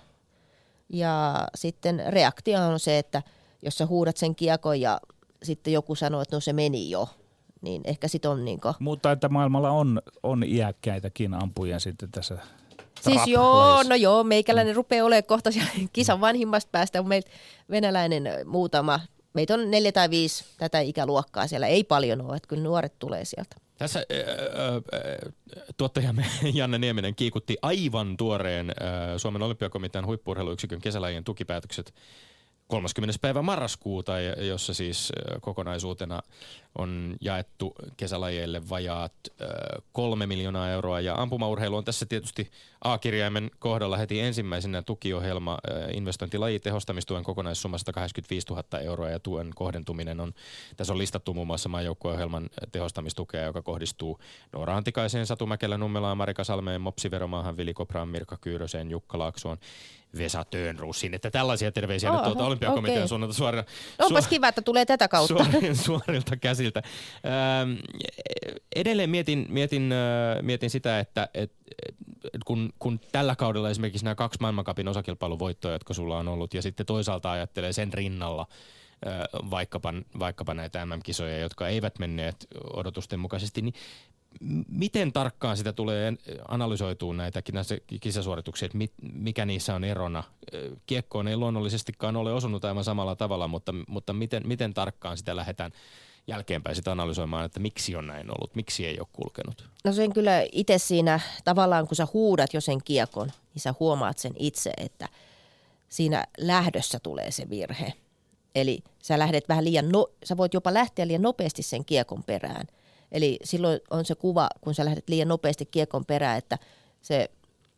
S4: Ja sitten reaktio on se, että jos sä huudat sen kiekon ja sitten joku sanoo, että no se meni jo, niin ehkä sit on niinku.
S5: Mutta että maailmalla on, on iäkkäitäkin ampujia sitten tässä.
S4: Siis joo, no joo, meikäläinen mm. rupeaa olemaan kohta siellä kisan vanhimmasta päästä, on meiltä venäläinen muutama. Meitä on neljä tai viisi tätä ikäluokkaa siellä, ei paljon ole, että kyllä nuoret tulee sieltä.
S3: Tässä äh, äh, tuottajamme Janne Nieminen kiikutti aivan tuoreen äh, Suomen olympiakomitean huippu-urheiluyksikön kesälajien tukipäätökset kolmaskymmenes päivä marraskuuta, jossa siis kokonaisuutena on jaettu kesälajeille vajaat kolme miljoonaa euroa. Ja ampumaurheilu on tässä tietysti A-kirjaimen kohdalla heti ensimmäisenä tukiohjelma investointilajitehostamistuen kokonaissumma sata kahdeksankymmentäviisituhatta euroa ja tuen kohdentuminen on, tässä on listattu muun muassa maajoukkueohjelman tehostamistukea, joka kohdistuu Noora Antikaiseen, Satu Mäkelä, Nummelaan, Marika Salmeen, Mopsi Veromaahan, Vili Kopraan, Mirka Kyyröseen, Jukka Laaksoon, Vesa Töönruusiin, että tällaisia terveisiä Oho, nyt tuolta olympiakomitean okay. suunnalta suoraan.
S4: Onpas suor- kiva, että tulee tätä kautta.
S3: Suor- suorilta käsiltä. Ähm, edelleen mietin, mietin, äh, mietin sitä, että et, et kun, kun tällä kaudella esimerkiksi nämä kaksi maailmancupin osakilpailuvoittoa, jotka sulla on ollut, ja sitten toisaalta ajattelee sen rinnalla äh, vaikkapa, vaikkapa näitä M M-kisoja, jotka eivät menneet odotusten mukaisesti, niin miten tarkkaan sitä tulee analysoitua näitä kisasuorituksia, että mikä niissä on erona? Kiekkoon ei luonnollisestikaan ole osunut aivan samalla tavalla, mutta, mutta miten, miten tarkkaan sitä lähdetään jälkeenpäin sitä analysoimaan, että miksi on näin ollut, miksi ei ole kulkenut?
S4: No sen kyllä itse siinä tavallaan, kun sä huudat jo sen kiekon, niin sä huomaat sen itse, että siinä lähdössä tulee se virhe. Eli sä lähdet vähän liian, no, sä voit jopa lähteä liian nopeasti sen kiekon perään. Eli silloin on se kuva, kun sä lähdet liian nopeasti kiekon perään, että se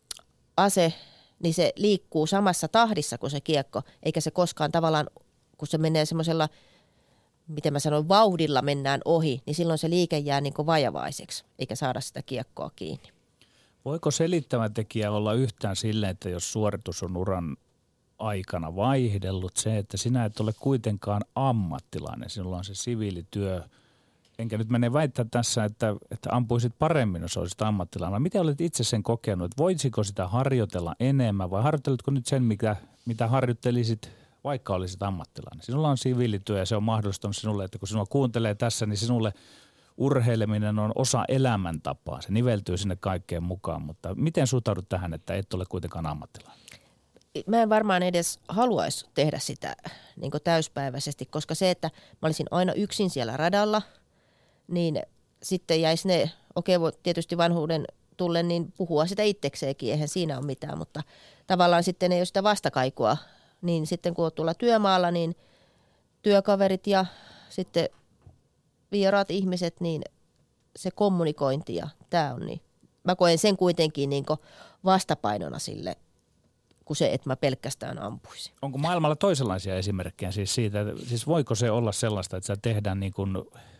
S4: ase, niin se liikkuu samassa tahdissa kuin se kiekko, eikä se koskaan tavallaan, kun se menee semmoisella, miten mä sanon, vauhdilla mennään ohi, niin silloin se liike jää niin kuin vajavaiseksi, eikä saada sitä kiekkoa kiinni.
S5: Voiko selittävä tekijä olla yhtään sille, että jos suoritus on uran aikana vaihdellut, se, että sinä et ole kuitenkaan ammattilainen, sinulla on se siviilityö, enkä nyt mene väittää tässä, että, että ampuisit paremmin, jos olisit ammattilainen. Miten olet itse sen kokenut? Että voisiko sitä harjoitella enemmän vai harjoitteletko nyt sen, mitä, mitä harjoittelisit, vaikka olisit ammattilainen? Sinulla on siviilityö ja se on mahdollistanut sinulle, että kun sinua kuuntelee tässä, niin sinulle urheileminen on osa elämäntapaa. Se niveltyy sinne kaikkeen mukaan, mutta miten suhtaudut tähän, että et ole kuitenkaan ammattilainen?
S4: Mä en varmaan edes haluaisi tehdä sitä niin kuin täyspäiväisesti, koska se, että mä olisin aina yksin siellä radalla, niin sitten jäisi ne, okei okay, tietysti vanhuuden tullen, niin puhua sitä itsekseenkin, eihän siinä ole mitään, mutta tavallaan sitten ei ole sitä vastakaikua, niin sitten kun on tuolla työmaalla, niin työkaverit ja sitten vieraat ihmiset, niin se kommunikointi ja tämä on niin. Mä koen sen kuitenkin niin kuin vastapainona sille, kuin se, että mä pelkästään ampuisin.
S5: Onko maailmalla toisenlaisia esimerkkejä siis siitä, siis voiko se olla sellaista, että se tehdään niin kuin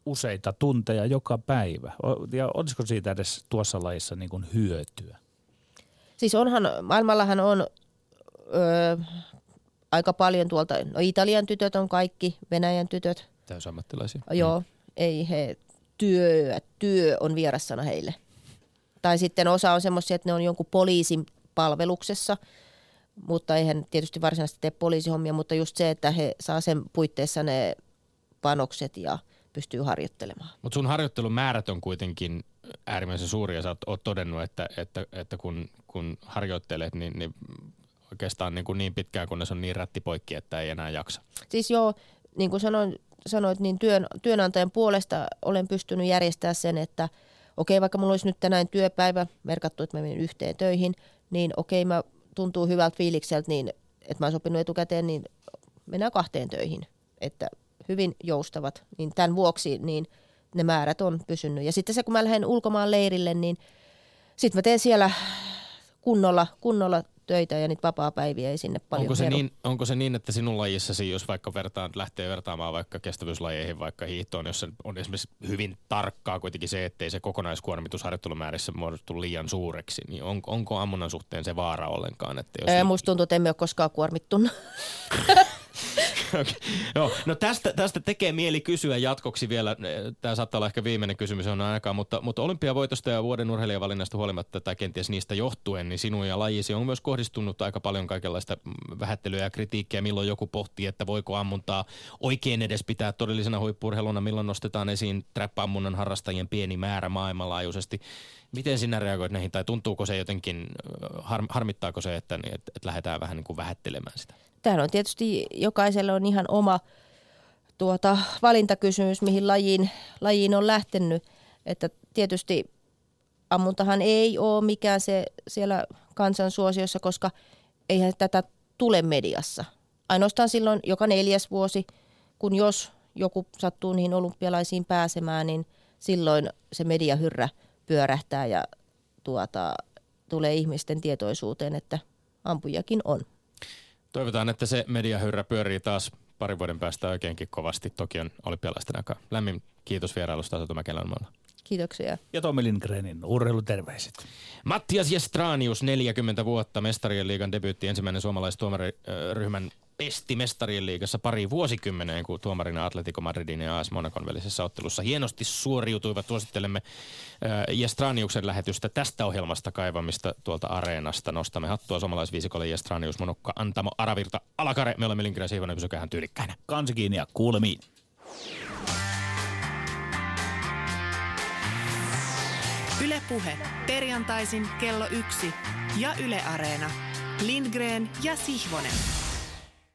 S5: useita tunteja joka päivä. Ja olisiko siitä edes tuossa lajissa niin kuin hyötyä?
S4: Siis onhan, maailmallahan on öö, aika paljon tuolta, no Italian tytöt on kaikki, Venäjän tytöt.
S3: Täysammattilaisia.
S4: Joo, mm. ei he, työ, työ on vierassana heille. Tai sitten osa on semmoisia, että ne on jonkun poliisin palveluksessa, mutta eihän tietysti varsinaisesti tee poliisihommia, mutta just se, että he saa sen puitteissa ne panokset ja pystyy harjoittelemaan.
S3: Mutta sun harjoittelumäärät on kuitenkin äärimmäisen suuria ja sä oot, oot todennut, että, että, että kun, kun harjoittelet, niin, niin oikeastaan niin, kuin niin pitkään, kunnes on niin rättipoikki, että ei enää jaksa.
S4: Siis joo, niin kuin sanoin, sanoit, niin työn, työnantajan puolesta olen pystynyt järjestämään sen, että okei, vaikka mulla olisi nyt tänään työpäivä merkattu, että mä menen yhteen töihin, niin okei, mä tuntuu hyvältä fiilikseltä, niin, että mä oon sopinut etukäteen, niin mennään kahteen töihin, että hyvin joustavat, niin tämän vuoksi niin ne määrät on pysynyt. Ja sitten se, kun mä lähden ulkomaan leirille, niin sitten mä teen siellä kunnolla, kunnolla töitä ja niitä vapaapäiviä ei sinne paljon
S3: onko se,
S4: heru.
S3: niin, onko se niin, että sinun lajissasi, jos vaikka vertaan, lähtee vertaamaan vaikka kestävyyslajeihin, vaikka hiihtoon, jos se on esimerkiksi hyvin tarkkaa kuitenkin se, ettei se kokonaiskuormitus harjoittelumäärissä muodostu liian suureksi, niin on, onko ammunnan suhteen se vaara ollenkaan? Että jos
S4: Ää, musta tuntuu, että emme ole koskaan kuormittunut.
S3: Okay. Joo, no tästä, tästä tekee mieli kysyä jatkoksi vielä, tämä saattaa olla ehkä viimeinen kysymys on aikaa, mutta, mutta olympiavoitosta ja vuoden urheilijavalinnasta huolimatta tai kenties niistä johtuen, niin sinun ja lajisi on myös kohdistunut aika paljon kaikenlaista vähättelyä ja kritiikkiä, milloin joku pohtii, että voiko ammuntaa oikein edes pitää todellisena huippu-urheiluna, milloin nostetaan esiin trap-ammunnan harrastajien pieni määrä maailmanlaajuisesti. Miten sinä reagoit näihin, tai tuntuuko se jotenkin, har, harmittaako se, että, että, että lähdetään vähän niin kuin vähättelemään sitä?
S4: Tämähän on tietysti, jokaisella on ihan oma tuota, valintakysymys, mihin lajiin, lajiin on lähtenyt. Että tietysti ammuntahan ei ole mikään se siellä kansansuosiossa, koska eihän tätä tule mediassa. Ainoastaan silloin joka neljäs vuosi, kun jos joku sattuu niihin olympialaisiin pääsemään, niin silloin se mediahyrrä pyörähtää ja tuota, tulee ihmisten tietoisuuteen, että ampujakin on.
S3: Toivotaan, että se mediahyrrä pyörii taas parin vuoden päästä oikeinkin kovasti Tokion olympialaisten aikaa. Lämmin kiitos vierailusta Asa Mäkelänmaalla.
S4: Kiitoksia.
S5: Ja Tommi Lindgrenin urheiluterveiset.
S3: Mattias Jestranius, neljäkymmentä vuotta, Mestarien liigan debyytti, ensimmäinen suomalaistuomariryhmän pesti Mestarien liigassa pari vuosikymmeneen, kun tuomarina Atletico Madridin ja A S Monacon välisessä ottelussa hienosti suoriutuivat. Suosittelemme äh, Jestraniuksen lähetystä tästä ohjelmasta kaivamista tuolta areenasta. Nostamme hattua suomalaisviisikolle Jestranius, Monukka, Antamo, Aravirta, Alakare. Me olemme Lindgren ja Sihvonen, pysykäähän tyylikkäinä.
S5: Kansi kiinni ja kuulemiin.
S1: Yle Puhe. Perjantaisin kello yksi ja Yle Areena. Lindgren ja Sihvonen.